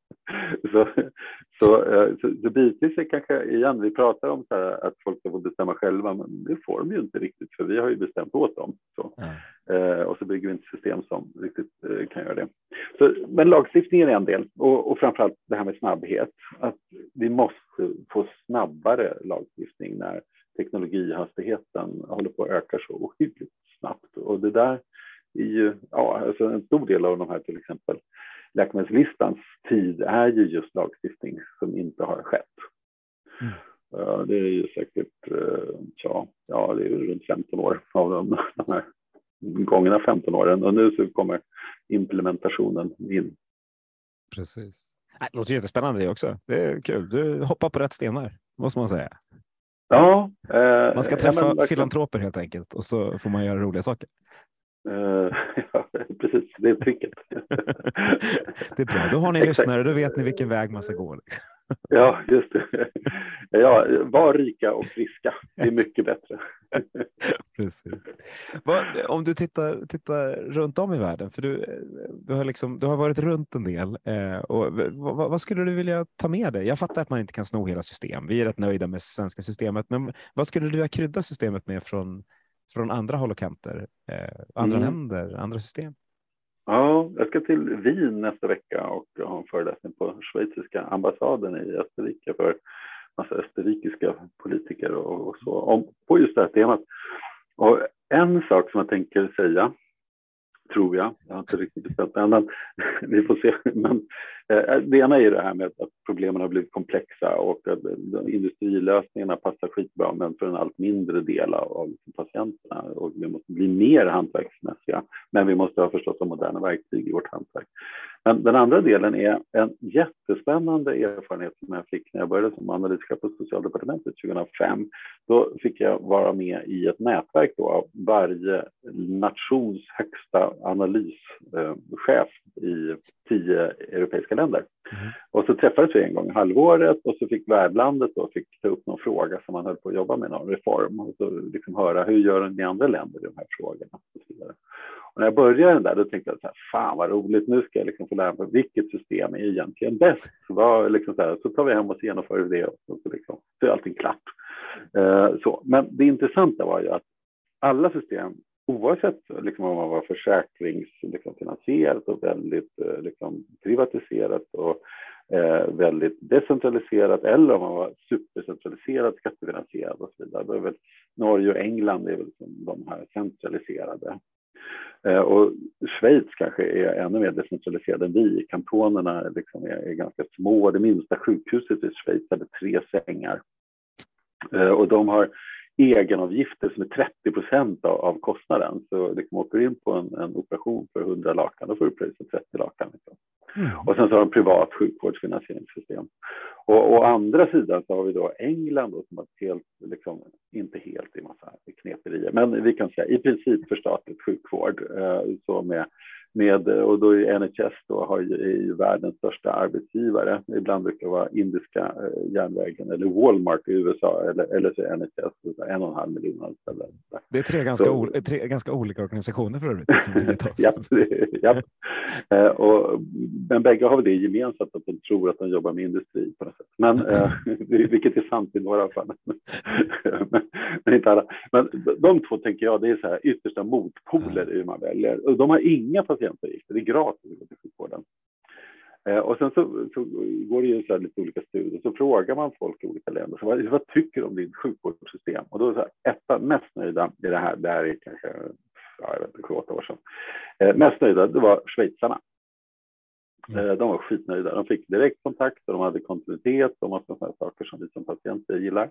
Så bitvis är kanske, igen, vi pratar om så här, att folk ska få bestämma själva, men det får de ju inte riktigt, för vi har ju bestämt åt dem. Och så bygger vi inte system som riktigt kan göra det. Men lagstiftningen är en del, och framförallt det här med snabbhet. Att vi måste få snabbare lagstiftning när teknologihastigheten håller på att öka så ohyggligt snabbt. Och det där är ju, alltså en stor del av de här, till exempel läkemedelslistans tid, är ju just lagstiftning som inte har skett. Det är ju säkert, det är ju runt 15 år av de här gångna 15 åren, och nu så kommer implementationen in. Precis. Det låter jättespännande det också. Det är kul. Du hoppar på rätt stenar, måste man säga. Ja. Man ska träffa filantroper helt enkelt, och så får man göra roliga saker. Ja, precis. Det är tricket. Det är bra. Då har ni lyssnare, då vet ni vilken väg man ska gå. Ja, just det. Ja, var rika och friska. Det är mycket bättre. Precis. Om du tittar runt om i världen, för du har varit runt en del, och vad skulle du vilja ta med dig? Jag fattar att man inte kan sno hela system. Vi är rätt nöjda med svenska systemet, men vad skulle du vilja krydda systemet med från andra håll och kanter, andra länder, andra system? Ja, jag ska till Wien nästa vecka och ha en föreläsning på schweiziska ambassaden i Österrike för massa österrikiska politiker och så på just det här temat. Och en sak som jag tänker säga, tror jag har inte riktigt bestämt mig, men vi får se. Men det ena är ju det här med att problemen har blivit komplexa och att industrilösningarna passar skitbra, men för en allt mindre del av patienterna, och vi måste bli mer hantverksmässiga, men vi måste ha förstås moderna verktyg i vårt hantverk. Men den andra delen är en jättespännande erfarenhet som jag fick när jag började som analytiker på Socialdepartementet 2005. Då fick jag vara med i ett nätverk då av varje nations högsta analyschef i 10 europeiska länder. Och så träffades vi en gång i halvåret och så fick värdlandet då ta upp någon fråga som man höll på att jobba med, någon reform, och så liksom höra hur gör ni andra länder i de här frågorna och så vidare. Och när jag började där, då tänkte jag så här, fan vad roligt, nu ska jag liksom få lära mig vilket system är egentligen bäst. Så tar vi hem och genomför det och så liksom, så är allting klart. Men det intressanta var ju att alla system, oavsett liksom, om man var försäkringsfinansierat och väldigt privatiserat och väldigt decentraliserat, eller om man var supercentraliserat, skattefinansierad och så vidare. Då är väl Norge och England är väl de här centraliserade. Och Schweiz kanske är ännu mer decentraliserad än vi. Kantonerna liksom är ganska små. Det minsta sjukhuset i Schweiz hade 3 sängar. Och de har egenavgifter som är 30% av kostnaden. Så det kan åka in på en operation för 100 lakan, då får du pris för 30 lakan. Liksom. Och sen så har de privat sjukvårdsfinansieringssystem. Och å andra sidan så har vi då England då, som har helt, liksom, inte helt i massa kneperier, men vi kan säga i princip förstatligt sjukvård. Så och då är NHS då är världens största arbetsgivare. Ibland brukar det vara indiska järnvägen eller Walmart i USA eller så är NHS 1,5 miljoner anställda. Det är tre ganska olika organisationer för övrigt. Ja. Men bägge har väl det gemensamt att de tror att de jobbar med industri på något sätt. Men vilket är sant i några fall. Men inte alla. Men de två tänker jag, det är så här yttersta motpoler hur man väljer. Och de har inga patientavgifter, det är gratis att gå till sjukvården. Och sen så går det ju så här lite olika studier, så frågar man folk i olika länder, så vad tycker du om ditt sjukvårdssystem? Och då är det så här, mest nöjda i det här, där är kanske, jag vet inte, 8 år sedan. Mest nöjda, det var schweizarna. De var skitnöjda, de fick direkt kontakt och de hade kontinuitet och massa sådana saker som vi som patienter gillar.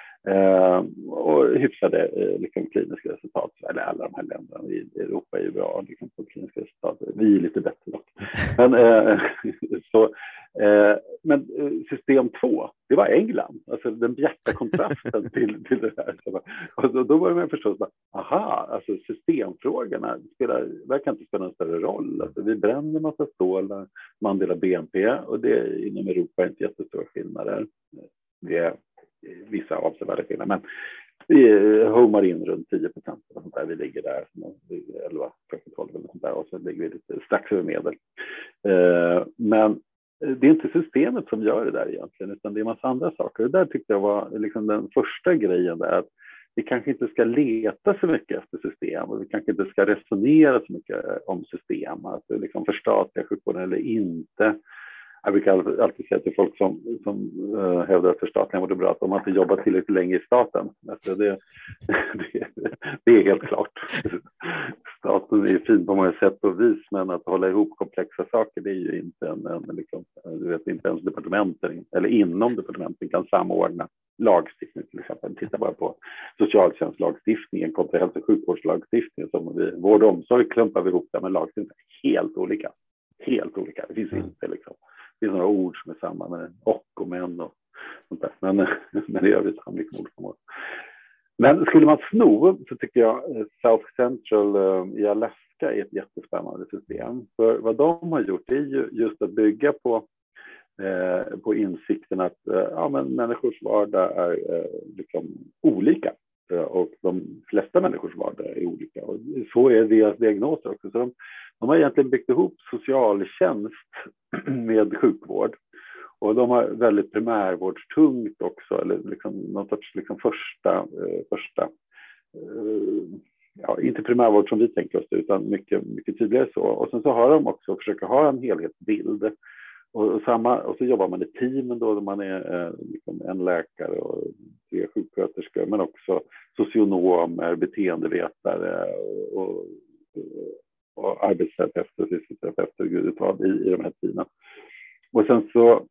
Och hyfsade liksom, kliniska resultat, eller alla de här länderna i Europa är ju bra liksom, på kliniska resultat, vi är lite bättre dock. Men system 2, det var England, alltså den bjärta kontrasten till det här. Och då var man förstås bara, alltså systemfrågorna verkar inte spela en större roll. Alltså, vi bränner massa stål, man delar BNP och det inom Europa är inte jättestora skillnader. Det är vissa avsevärda skillnader, men vi homar in runt 10% och sånt där. Vi ligger där 11, 12 eller sånt där, och så ligger vi lite strax över medel. Men det är inte systemet som gör det där egentligen, utan det är en massa andra saker. Och där tyckte jag var liksom den första grejen där, att vi kanske inte ska leta så mycket efter system och vi kanske inte ska resonera så mycket om system, att liksom förstatliga sjukvården eller inte. Jag brukar alltid säga till folk som hävdar att förstatliga vore bra, att om man inte jobbar tillräckligt länge i staten. Alltså det är helt klart. Staten är fin på många sätt och vis, men att hålla ihop komplexa saker, det är ju inte inte ens departementen eller inom departementen kan samordna lagstiftning till exempel. Titta bara på socialtjänstlagstiftningen kontra hälso- och sjukvårdslagstiftningen, som vård och omsorg klumpar vi ihop där, men lagstiftningen är helt olika. Det finns inte liksom. Det finns några ord som är samma med och män och sånt där. Men det gör vi sannolikt ord. Men skulle man sno, så tycker jag South Central i Alaska är ett jättespännande system. För vad de har gjort är ju just att bygga på insikten att men människors vardag är liksom olika. Och de flesta människors vardag är olika. Och så är deras diagnoser också. Så de har egentligen byggt ihop socialtjänst med sjukvård. Och de har väldigt primärvårdstungt också. Eller liksom någon sorts liksom första inte primärvård som vi tänker oss, utan mycket, mycket tydligare så. Och sen så har de också försöka ha en helhetsbild. Och så jobbar man i team då man är liksom en läkare och 3 sjuksköterskor, men också socionomer, beteendevetare och arbetsterapeuter, fysioterapeuter, i de här teamen. Och sen så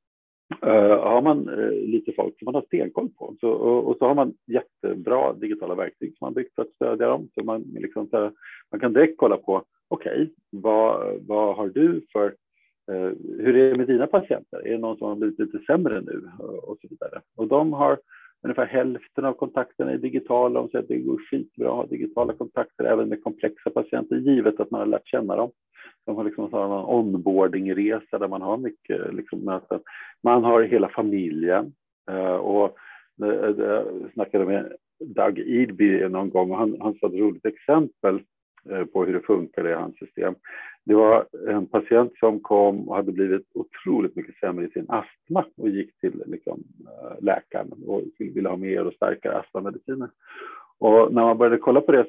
har man lite folk som man har stenkoll på. Och så har man jättebra digitala verktyg som man byggt för att stödja dem. Så man, liksom, man kan direkt kolla på, okej, vad har du för, hur är det med dina patienter? Är det någon som har blivit lite sämre nu? Och så vidare. Och de har ungefär hälften av kontakterna är digitala. De säger att det går skitbra att ha digitala kontakter även med komplexa patienter, givet att man har lärt känna dem. De har liksom en onboardingresa där man har mycket liksom möten. Man har hela familjen. Och jag snackade med Doug Edby någon gång och han sa ett roligt exempel på hur det funkar i hans system. Det var en patient som kom och hade blivit otroligt mycket sämre i sin astma och gick till liksom, läkaren och ville ha mer och starkare astmamediciner. Och när man började kolla på det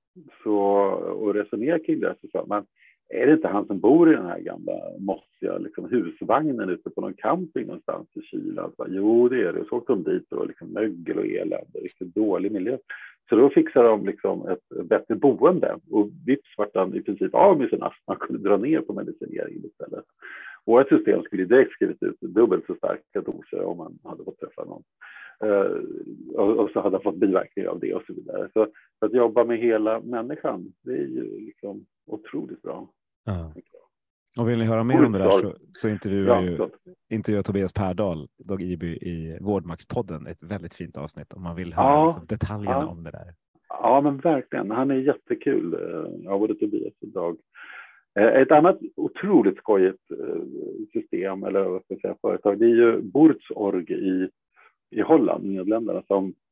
och resonera kring det så sa man, är det inte han som bor i den här gamla mossiga liksom, husvagnen ute på någon camping någonstans i Kina? Jo, det är det. Så åkte de dit och liksom, mögel och elände, riktigt dålig miljö. Så då fixade de liksom, ett bättre boende och vips vart han i princip av med sin astma och kunde dra ner på medicineringen istället. Vårt system skulle direkt skrivit ut dubbelt så starka doser om man hade fått träffa någon. Och så hade han fått biverkningar av det och så vidare. Så att jobba med hela människan, det är ju liksom otroligt bra. Ja. Och vill ni höra mer om det där så intervjuar Tobias Pärdal, Dag Iby i Vårdmaktspodden, ett väldigt fint avsnitt om man vill höra liksom, detaljerna om det där. Ja, men verkligen. Han är jättekul, både Tobias och Dag. Ett annat otroligt skojigt system, eller vad ska jag säga, företag, det är ju Boertsorg i Holland, Nederländerna,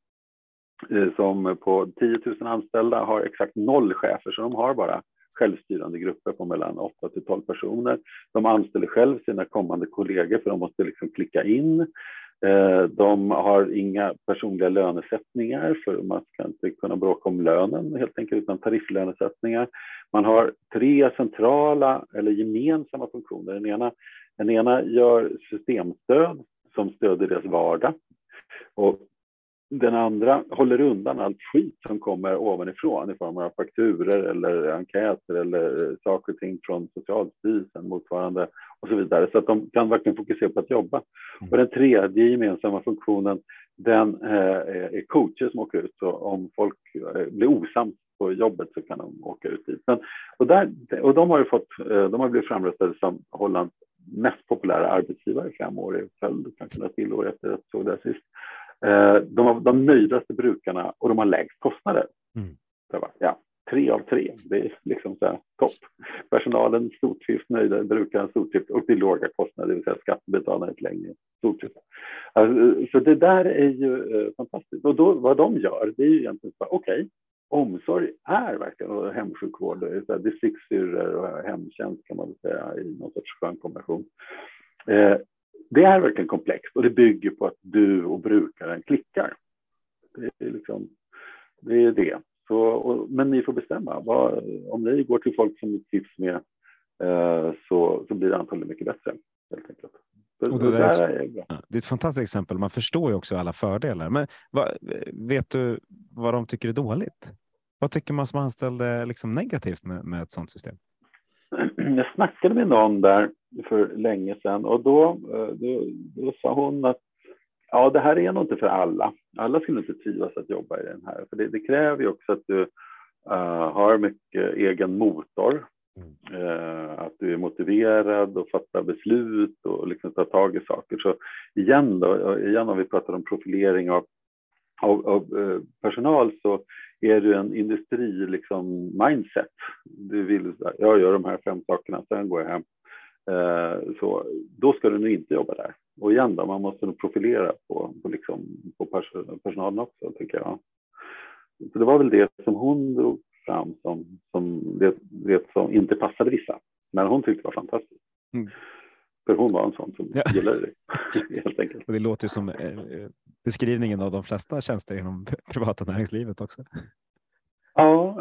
som på 10 000 anställda har exakt 0 chefer, så de har bara självstyrande grupper på mellan 8 till 12 personer. De anställer själv sina kommande kollegor för de måste liksom klicka in. De har inga personliga lönesättningar för man ska inte kunna bråka om lönen helt enkelt utan tarifflönesättningar. Man har 3 centrala eller gemensamma funktioner. Den ena gör systemstöd som stöder deras vardag och den andra håller undan allt skit som kommer ovanifrån i form av fakturer eller enkäter eller saker och ting från Socialstyrelsen motsvarande och så vidare. Så att de kan verkligen fokusera på att jobba. Och den tredje gemensamma funktionen, den är coacher som åker ut. Så om folk blir osams på jobbet så kan de åka ut dit. Och de har blivit framröstade som Hollands mest populära arbetsgivare i 5 år i följd. Kanske några till år efter att jag såg det sist. De har de nöjdaste brukarna och de har lägst kostnader. Ja, 3 av 3. Det är liksom så här topp. Personalen stortrivs, nöjda brukaren stortrivs och det är låga kostnader, det vill säga skattebetalarna ett längre stortrivs. Alltså, så det där är ju fantastiskt. Och då, vad de gör, det är ju egentligen så okej, omsorg är verkligen hemsjukvård, distriktssyrror och hemtjänst kan man väl säga i någon sorts skön kombination. Det är verkligen komplext och det bygger på att du och brukaren klickar. Det är liksom, det är det. Men ni får bestämma. Om ni går till folk som ni trivs med så blir det antagligen mycket bättre. Helt enkelt. Och det är bra. Det är ett fantastiskt exempel. Man förstår ju också alla fördelar. Men vet du vad de tycker är dåligt? Vad tycker man som anställd är liksom negativt med ett sådant system? Jag snackade med någon där för länge sedan och då sa hon att ja, det här är nog inte för alla. Alla skulle inte trivas att jobba i den här. För det kräver ju också att du har mycket egen motor. Att du är motiverad och fattar beslut och liksom tar tag i saker. Så igen om vi pratar om profilering av personal så är du en industri liksom mindset. Du vill, jag gör de här 5 sakerna, sen går jag hem. Så då ska du nog inte jobba där. Och igen då, man måste nog profilera på personalen också, tycker jag. Så det var väl det som hon drog fram som det som inte passade vissa. Men hon tyckte det var fantastiskt. För hon var en sån som gillade det, helt enkelt. Och det låter ju som beskrivningen av de flesta tjänster inom privata näringslivet också. Ja,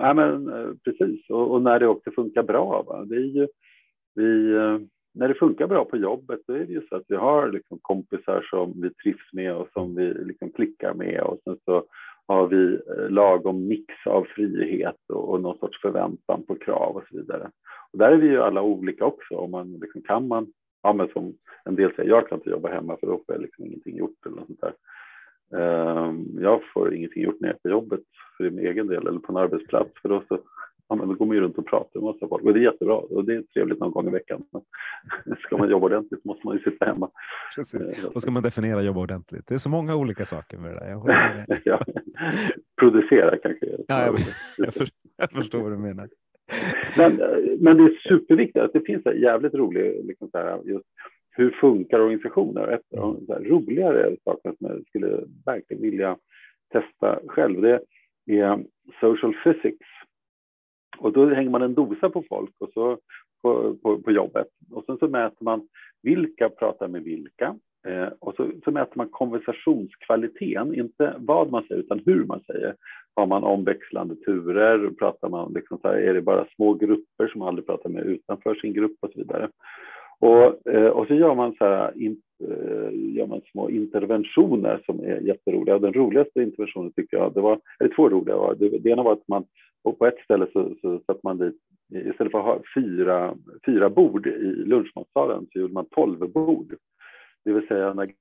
ja men precis. Och när det också funkar bra. Va? Det är ju, när det funkar bra på jobbet, då är det ju så att vi har liksom kompisar som vi trivs med och som vi liksom klickar med. Och sen så har vi lagom mix av frihet och någon sorts förväntan på krav och så vidare. Och där är vi ju alla olika också. Om man liksom, kan man, ja men som en del säger, jag kan inte jobba hemma för då får jag liksom ingenting gjort eller något sånt där. Jag får ingenting gjort när jag är på jobbet för min egen del eller på en arbetsplats, för då så ja, men då går man ju runt och pratar med massa folk och det är jättebra och det är trevligt någon gång i veckan. Men ska man jobba ordentligt måste man ju sitta hemma. Precis. Och ska man definiera jobba ordentligt? Det är så många olika saker med det där. Jag håller med. Ja. Producera kanske. Ja, jag förstår vad du menar. Men det är superviktigt att det finns en jävligt rolig liksom så här, just hur funkar organisationer? Ett av de roligare saker som jag skulle verkligen vilja testa själv, det är social physics. Och då hänger man en dosa på folk och så på jobbet. Och sen så mäter man vilka pratar med vilka. Och så mäter man konversationskvaliteten, inte vad man säger utan hur man säger. Har man omväxlande turer, pratar man liksom så här, är det bara små grupper som man aldrig pratar med utanför sin grupp och så vidare. Och så gör man så här, gör man små interventioner som är jätteroliga. Den roligaste interventionen tycker jag, det var, eller två roliga. Det ena var att man på ett ställe så satt man dit, istället för att ha fyra bord i lunchmatsalen så gjorde man 12 bord. Det vill säga när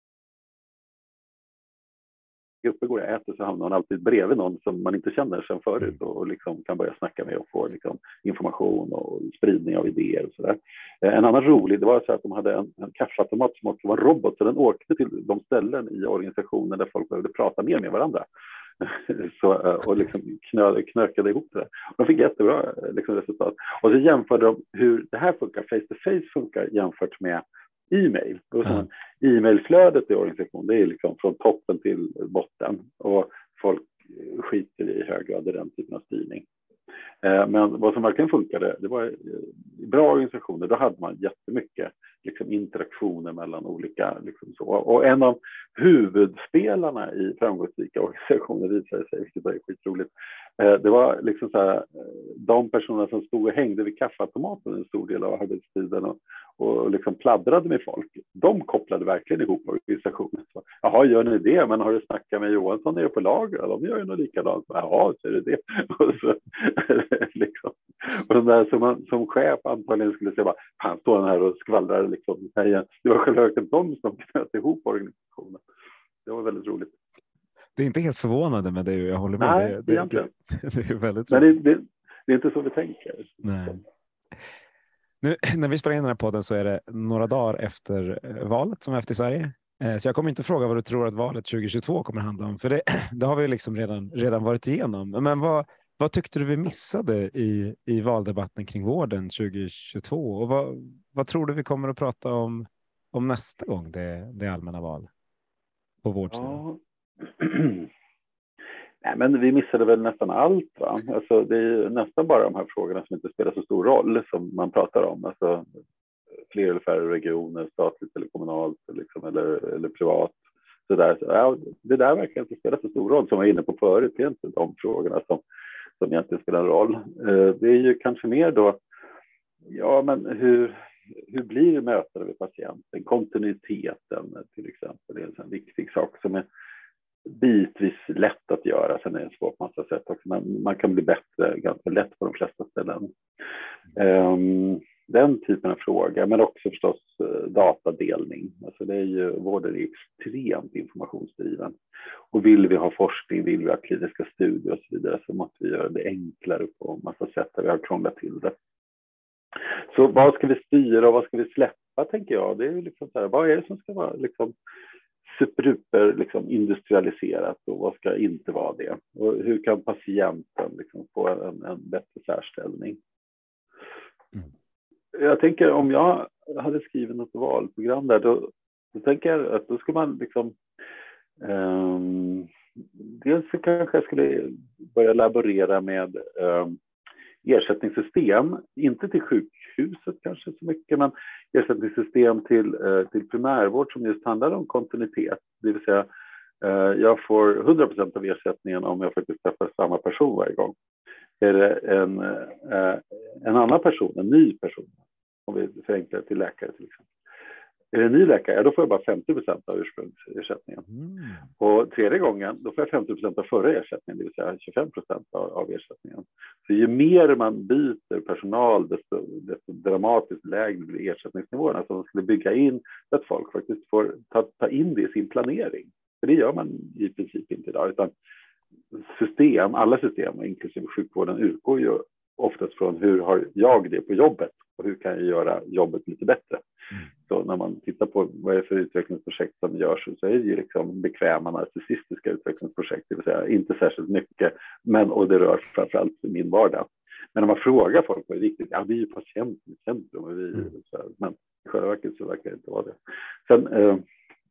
grupper går och äter så hamnar man alltid bredvid någon som man inte känner sedan förut och liksom kan börja snacka med och få liksom information och spridning av idéer och sådär. En annan rolig, det var så att de hade en kaffeautomat som också var en robot, så den åkte till de ställen i organisationen där folk behövde prata mer med varandra. Så, och liksom knökade ihop det där. De fick jättebra liksom, resultat. Och så jämförde de hur det här funkar, face to face funkar jämfört med e-mail. E-mailflödet i organisationen, det är liksom från toppen till botten och folk skiter i hög grad i den typen av styrning. Men vad som verkligen funkade, det var i bra organisationer, då hade man jättemycket liksom, interaktioner mellan olika liksom, så. Och en av huvudspelarna i framgångsrika organisationer visade sig, vilket är skitroligt, det var liksom så här, de personer som stod och hängde vid kaffeautomaten en stor del av arbetstiden och liksom pladdrade med folk, de kopplade verkligen ihop organisationen. Så, jaha, gör ni det? Men har du snackat med Johansson nere på lager? De gör ju något likadant. Jaha, så är det. Och så, liksom. Och den där som chef antagligen skulle säga, han står här och skvallrar liksom. Det var själva de som knöt ihop organisationen. Det var väldigt roligt. Det är inte helt förvånande med det, jag håller med. Nej, det är väldigt roligt. Men det är inte så vi tänker. Nej. Nu, när vi spelar in den här podden så är det några dagar efter valet som är efter Sverige. Så jag kommer inte fråga vad du tror att valet 2022 kommer handla om. För det har vi liksom redan varit igenom. Men vad tyckte du vi missade i valdebatten kring vården 2022? Och vad tror du vi kommer att prata om nästa gång det är allmänna val på vårdsidan? Ja. Nej, men vi missade väl nästan allt, va? Alltså, det är nästan bara de här frågorna som inte spelar så stor roll som man pratar om. Alltså, fler eller färre regioner, statligt eller kommunalt liksom, eller privat. Så där. Så, ja, det där verkar inte spela så stor roll som jag var inne på förut. Det är inte de frågorna som egentligen spelar en roll. Det är ju kanske mer då, ja men hur blir möten med patienten? Kontinuiteten till exempel är en sån viktig sak som är bitvis lätt att göra, sen är det svårt på massa sätt också, men man kan bli bättre ganska lätt på de flesta ställen. Den typen av fråga, men också förstås datadelning. Alltså det är ju, vården är extremt informationsdriven. Och vill vi ha forskning, vill vi ha kliniska studier och så vidare, så måste vi göra det enklare på massa sätt där vi har krånglat till det. Så vad ska vi styra och vad ska vi släppa, tänker jag? Det är ju liksom så här, vad är det som ska vara liksom super liksom industrialiserat och vad ska inte vara det? Och hur kan patienten liksom få en bättre särställning? Jag tänker, om jag hade skrivit något valprogram där, då tänker jag att då ska man liksom dels så kanske jag skulle börja laborera med ersättningssystem, inte till sjukhuset kanske så mycket, men ersättningssystem till primärvård som just handlar om kontinuitet. Det vill säga, jag får 100% av ersättningen om jag faktiskt träffar samma person varje gång. Är det en annan person, en ny person, om vi förenklar till läkare till exempel. Är det en ny läkare, då får jag bara 50% av ursprungsersättningen. Och tredje gången, då får jag 50% av förra ersättningen, det vill säga 25% av ersättningen. Så ju mer man byter personal, desto dramatiskt lägre blir ersättningsnivåerna. Alltså man skulle bygga in att folk faktiskt får ta in det i sin planering. För det gör man i princip inte idag, utan alla system, inklusive sjukvården, utgår ju oftast från hur har jag det på jobbet och hur kan jag göra jobbet lite bättre. Så när man tittar på vad är det för utvecklingsprojekt som görs, så är det ju liksom bekväma narcissistiska utvecklingsprojekt, det vill säga inte särskilt mycket, och det rör framförallt min vardag. Men när man frågar folk vad är viktigt, ja, vi är ju patienten i centrum, men i själva verket så verkar det inte vara det. Sen,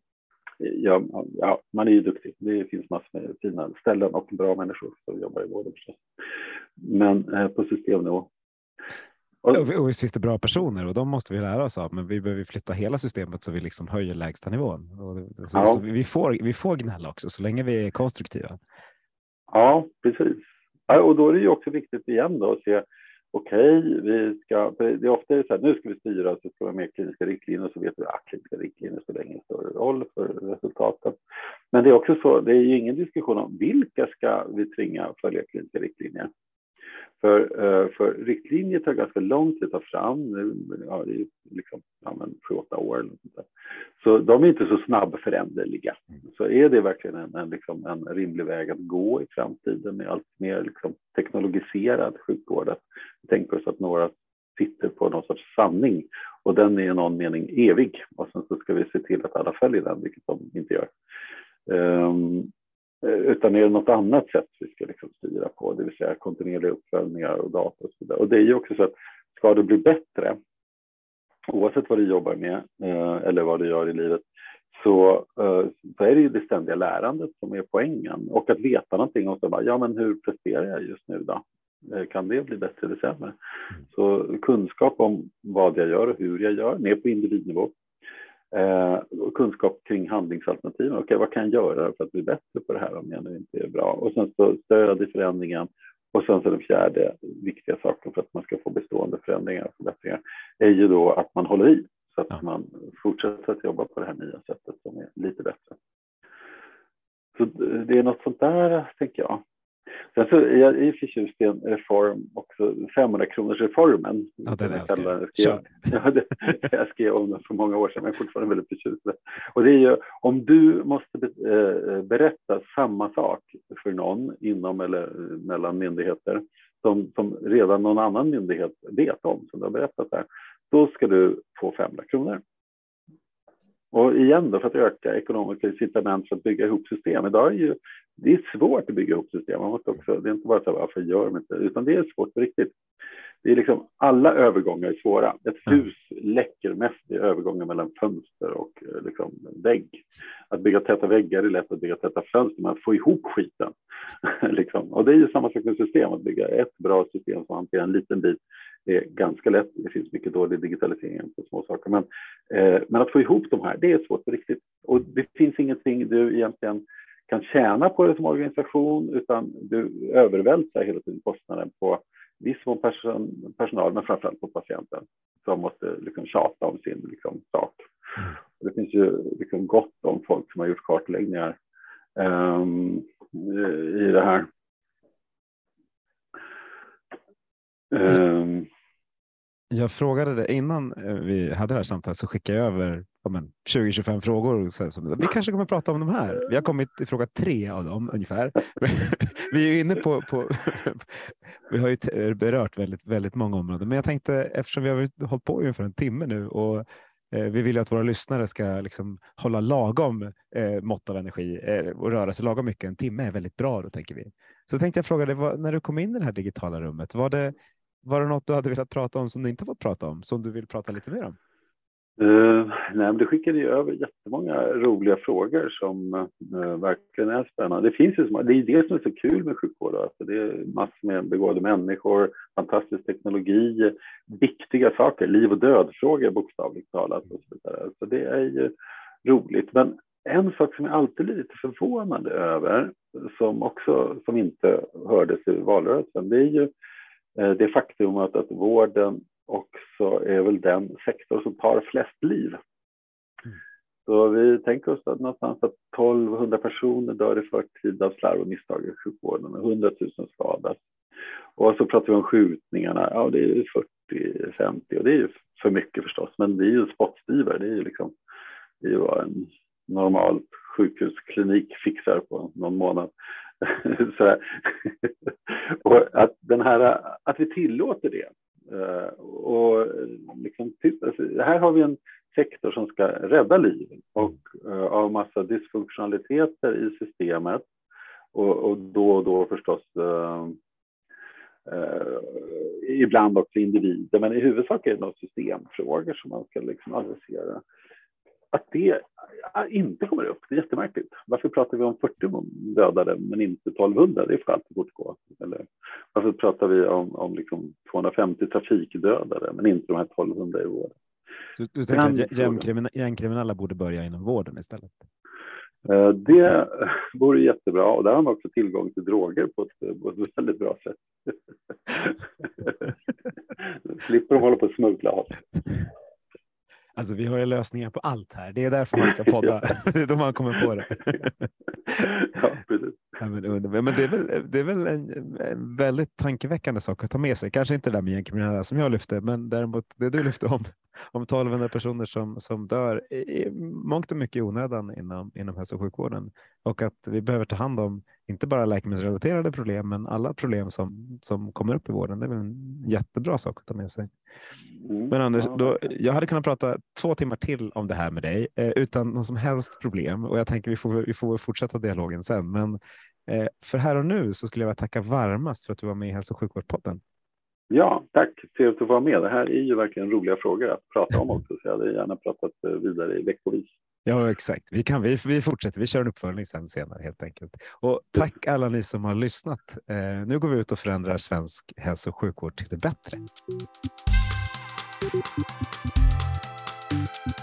man är ju duktig. Det finns massor med fina ställen och bra människor som jobbar i vården förstås. Men på systemnivå. Och visst finns det bra personer och de måste vi lära oss av, men vi behöver flytta hela systemet så vi liksom höjer lägsta nivån. Så vi får gnälla också så länge vi är konstruktiva. Ja, precis. Ja, och då är det ju också viktigt igen då att se, det är ofta så här, nu ska vi styra så ska vi ha mer kliniska riktlinjer, så vet vi att kliniska riktlinjer spelar ingen större roll för resultatet. Men det är också så, det är ju ingen diskussion om vilka ska vi tvinga följa kliniska riktlinjer. För riktlinjer tar ganska lång tid att ta fram, det är liksom 7-8 år eller sånt där. Så de är inte så snabbföränderliga. Så är det verkligen en rimlig väg att gå i framtiden med allt mer liksom teknologiserad sjukvård. Tänk oss att några sitter på någon sorts sanning och den är i någon mening evig, och sen så ska vi se till att alla följer den, vilket de inte gör. Utan är det något annat sätt vi ska liksom styra på, det vill säga kontinuerliga uppföljningar och data och så vidare. Och det är ju också så att ska det bli bättre, oavsett vad du jobbar med eller vad du gör i livet, så är det ju det ständiga lärandet som är poängen. Och att veta någonting om men hur presterar jag just nu då? Kan det bli bättre eller sämre? Så kunskap om vad jag gör och hur jag gör, ner på individnivå. Och kunskap kring handlingsalternativen. Okej, vad kan jag göra för att bli bättre på det här om jag nu inte är bra? Och sen så stöd i förändringen. Och sen så den fjärde viktiga saken för att man ska få bestående förändringar och förbättringar är ju då att man håller i. Så att man fortsätter att jobba på det här nya sättet som är lite bättre. Så det är något sånt där, tänker jag. Sen så är jag i förtjust i en reform, också 500 kronors reformen. Ja, den älskar jag. Jag skrev om den för många år sedan, men jag är fortfarande väldigt förtjust. Och det är ju, om du måste berätta samma sak för någon inom eller mellan myndigheter som redan någon annan myndighet vet om, som du har berättat där, då ska du få 500 kronor. Och igen då, för att öka ekonomiska incitament för att bygga ihop system. Idag är det är svårt att bygga ihop system. Man måste också, det är inte bara så här, varför gör man inte, utan det är svårt på riktigt. Det är liksom, alla övergångar är svåra. Ett hus läcker mest i övergångar mellan fönster och liksom vägg. Att bygga täta väggar är lätt, att bygga täta fönster, men att få ihop skiten. liksom. Och det är ju samma sak med system. Att bygga ett bra system som hanterar en liten bit är ganska lätt. Det finns mycket dålig digitalisering på små saker. Men att få ihop de här, det är svårt på riktigt. Och det finns ingenting du egentligen kan tjäna på det som organisation, utan du övervältrar hela tiden kostnaden på viss personal, men framförallt på patienten som måste liksom tjata om sin liksom sak. Det finns ju liksom gott om folk som har gjort kartläggningar i det här. Jag frågade det innan vi hade det här samtalet, så skickade jag över 20-25 frågor. Vi kanske kommer att prata om de här. Vi har kommit till fråga 3 av dem ungefär. Vi är inne på vi har ju berört väldigt, väldigt många områden. Men jag tänkte, eftersom vi har hållit på ungefär en timme nu och vi vill ju att våra lyssnare ska liksom hålla lagom mått av energi och röra sig lagom mycket. En timme är väldigt bra då, tänker vi. Så tänkte jag fråga dig, när du kom in i det här digitala rummet, var det något du hade velat prata om som du inte fått prata om, som du vill prata lite mer om? Nej, men du skickade ju över jättemånga roliga frågor som verkligen är spännande. Det finns ju det är det som är så kul med sjukvård. Alltså det är massor med begåvade människor, fantastisk teknologi, viktiga saker, liv- och dödfrågor bokstavligt talat. Och så vidare. Så det är ju roligt. Men en sak som jag alltid är lite förvånad över, som inte hördes i valrörelsen, det är ju det faktum att vården också är väl den sektor som tar flest liv. Så vi tänker oss att någonstans att 1200 personer dör i förtid av slarv och misstag i sjukvården och 100 000 skadas. Och så pratar vi om skjutningarna, ja det är ju 40-50 och det är ju för mycket förstås, men det är ju spottstyver, det är ju liksom, det är ju vad en normal sjukhusklinik fixar på någon månad. Så och att vi tillåter det. Och liksom, alltså, här har vi en sektor som ska rädda liv och av massa dysfunktionaliteter i systemet och då förstås ibland också individer, men i huvudsak är det några systemfrågor som man ska liksom adressera. Att det inte kommer upp, det är jättemärkligt. Varför pratar vi om 40 dödade men inte 1200? Det får alltid fortgå. Eller varför pratar vi om liksom 250 trafikdödade men inte de här 1200 i vården? Du tänker att gängkriminella borde börja inom vården istället? Det vore jättebra, och där har man också tillgång till droger på ett väldigt bra sätt. Slipper de hålla på att smuggla av. Alltså vi har ju lösningar på allt här. Det är därför man ska podda. Det är då man kommer på det. Ja, precis. Ja, men det är väl en väldigt tankeväckande sak att ta med sig. Kanske inte det där med gängkriminella som jag lyfte, men däremot det du lyfte om 1200 personer som dör i mångt och mycket i onödan inom hälso- och sjukvården. Och att vi behöver ta hand om inte bara läkemedelsrelaterade problem, men alla problem som kommer upp i vården. Det är väl en jättebra sak att ta med sig. Men Anders, jag hade kunnat prata 2 timmar till om det här med dig utan någon som helst problem. Och jag tänker vi får fortsätta dialogen sen. Men för här och nu så skulle jag vilja tacka varmast för att du var med i Hälso- och sjukvårdspodden. Ja, tack. Trevligt att vara med. Det här är ju verkligen roliga frågor att prata om också. Så jag hade gärna pratat vidare i veckovis. Ja, exakt. Vi fortsätter. Vi kör en uppföljning senare helt enkelt. Och tack alla ni som har lyssnat. Nu går vi ut och förändrar svensk hälso- och sjukvård till det bättre.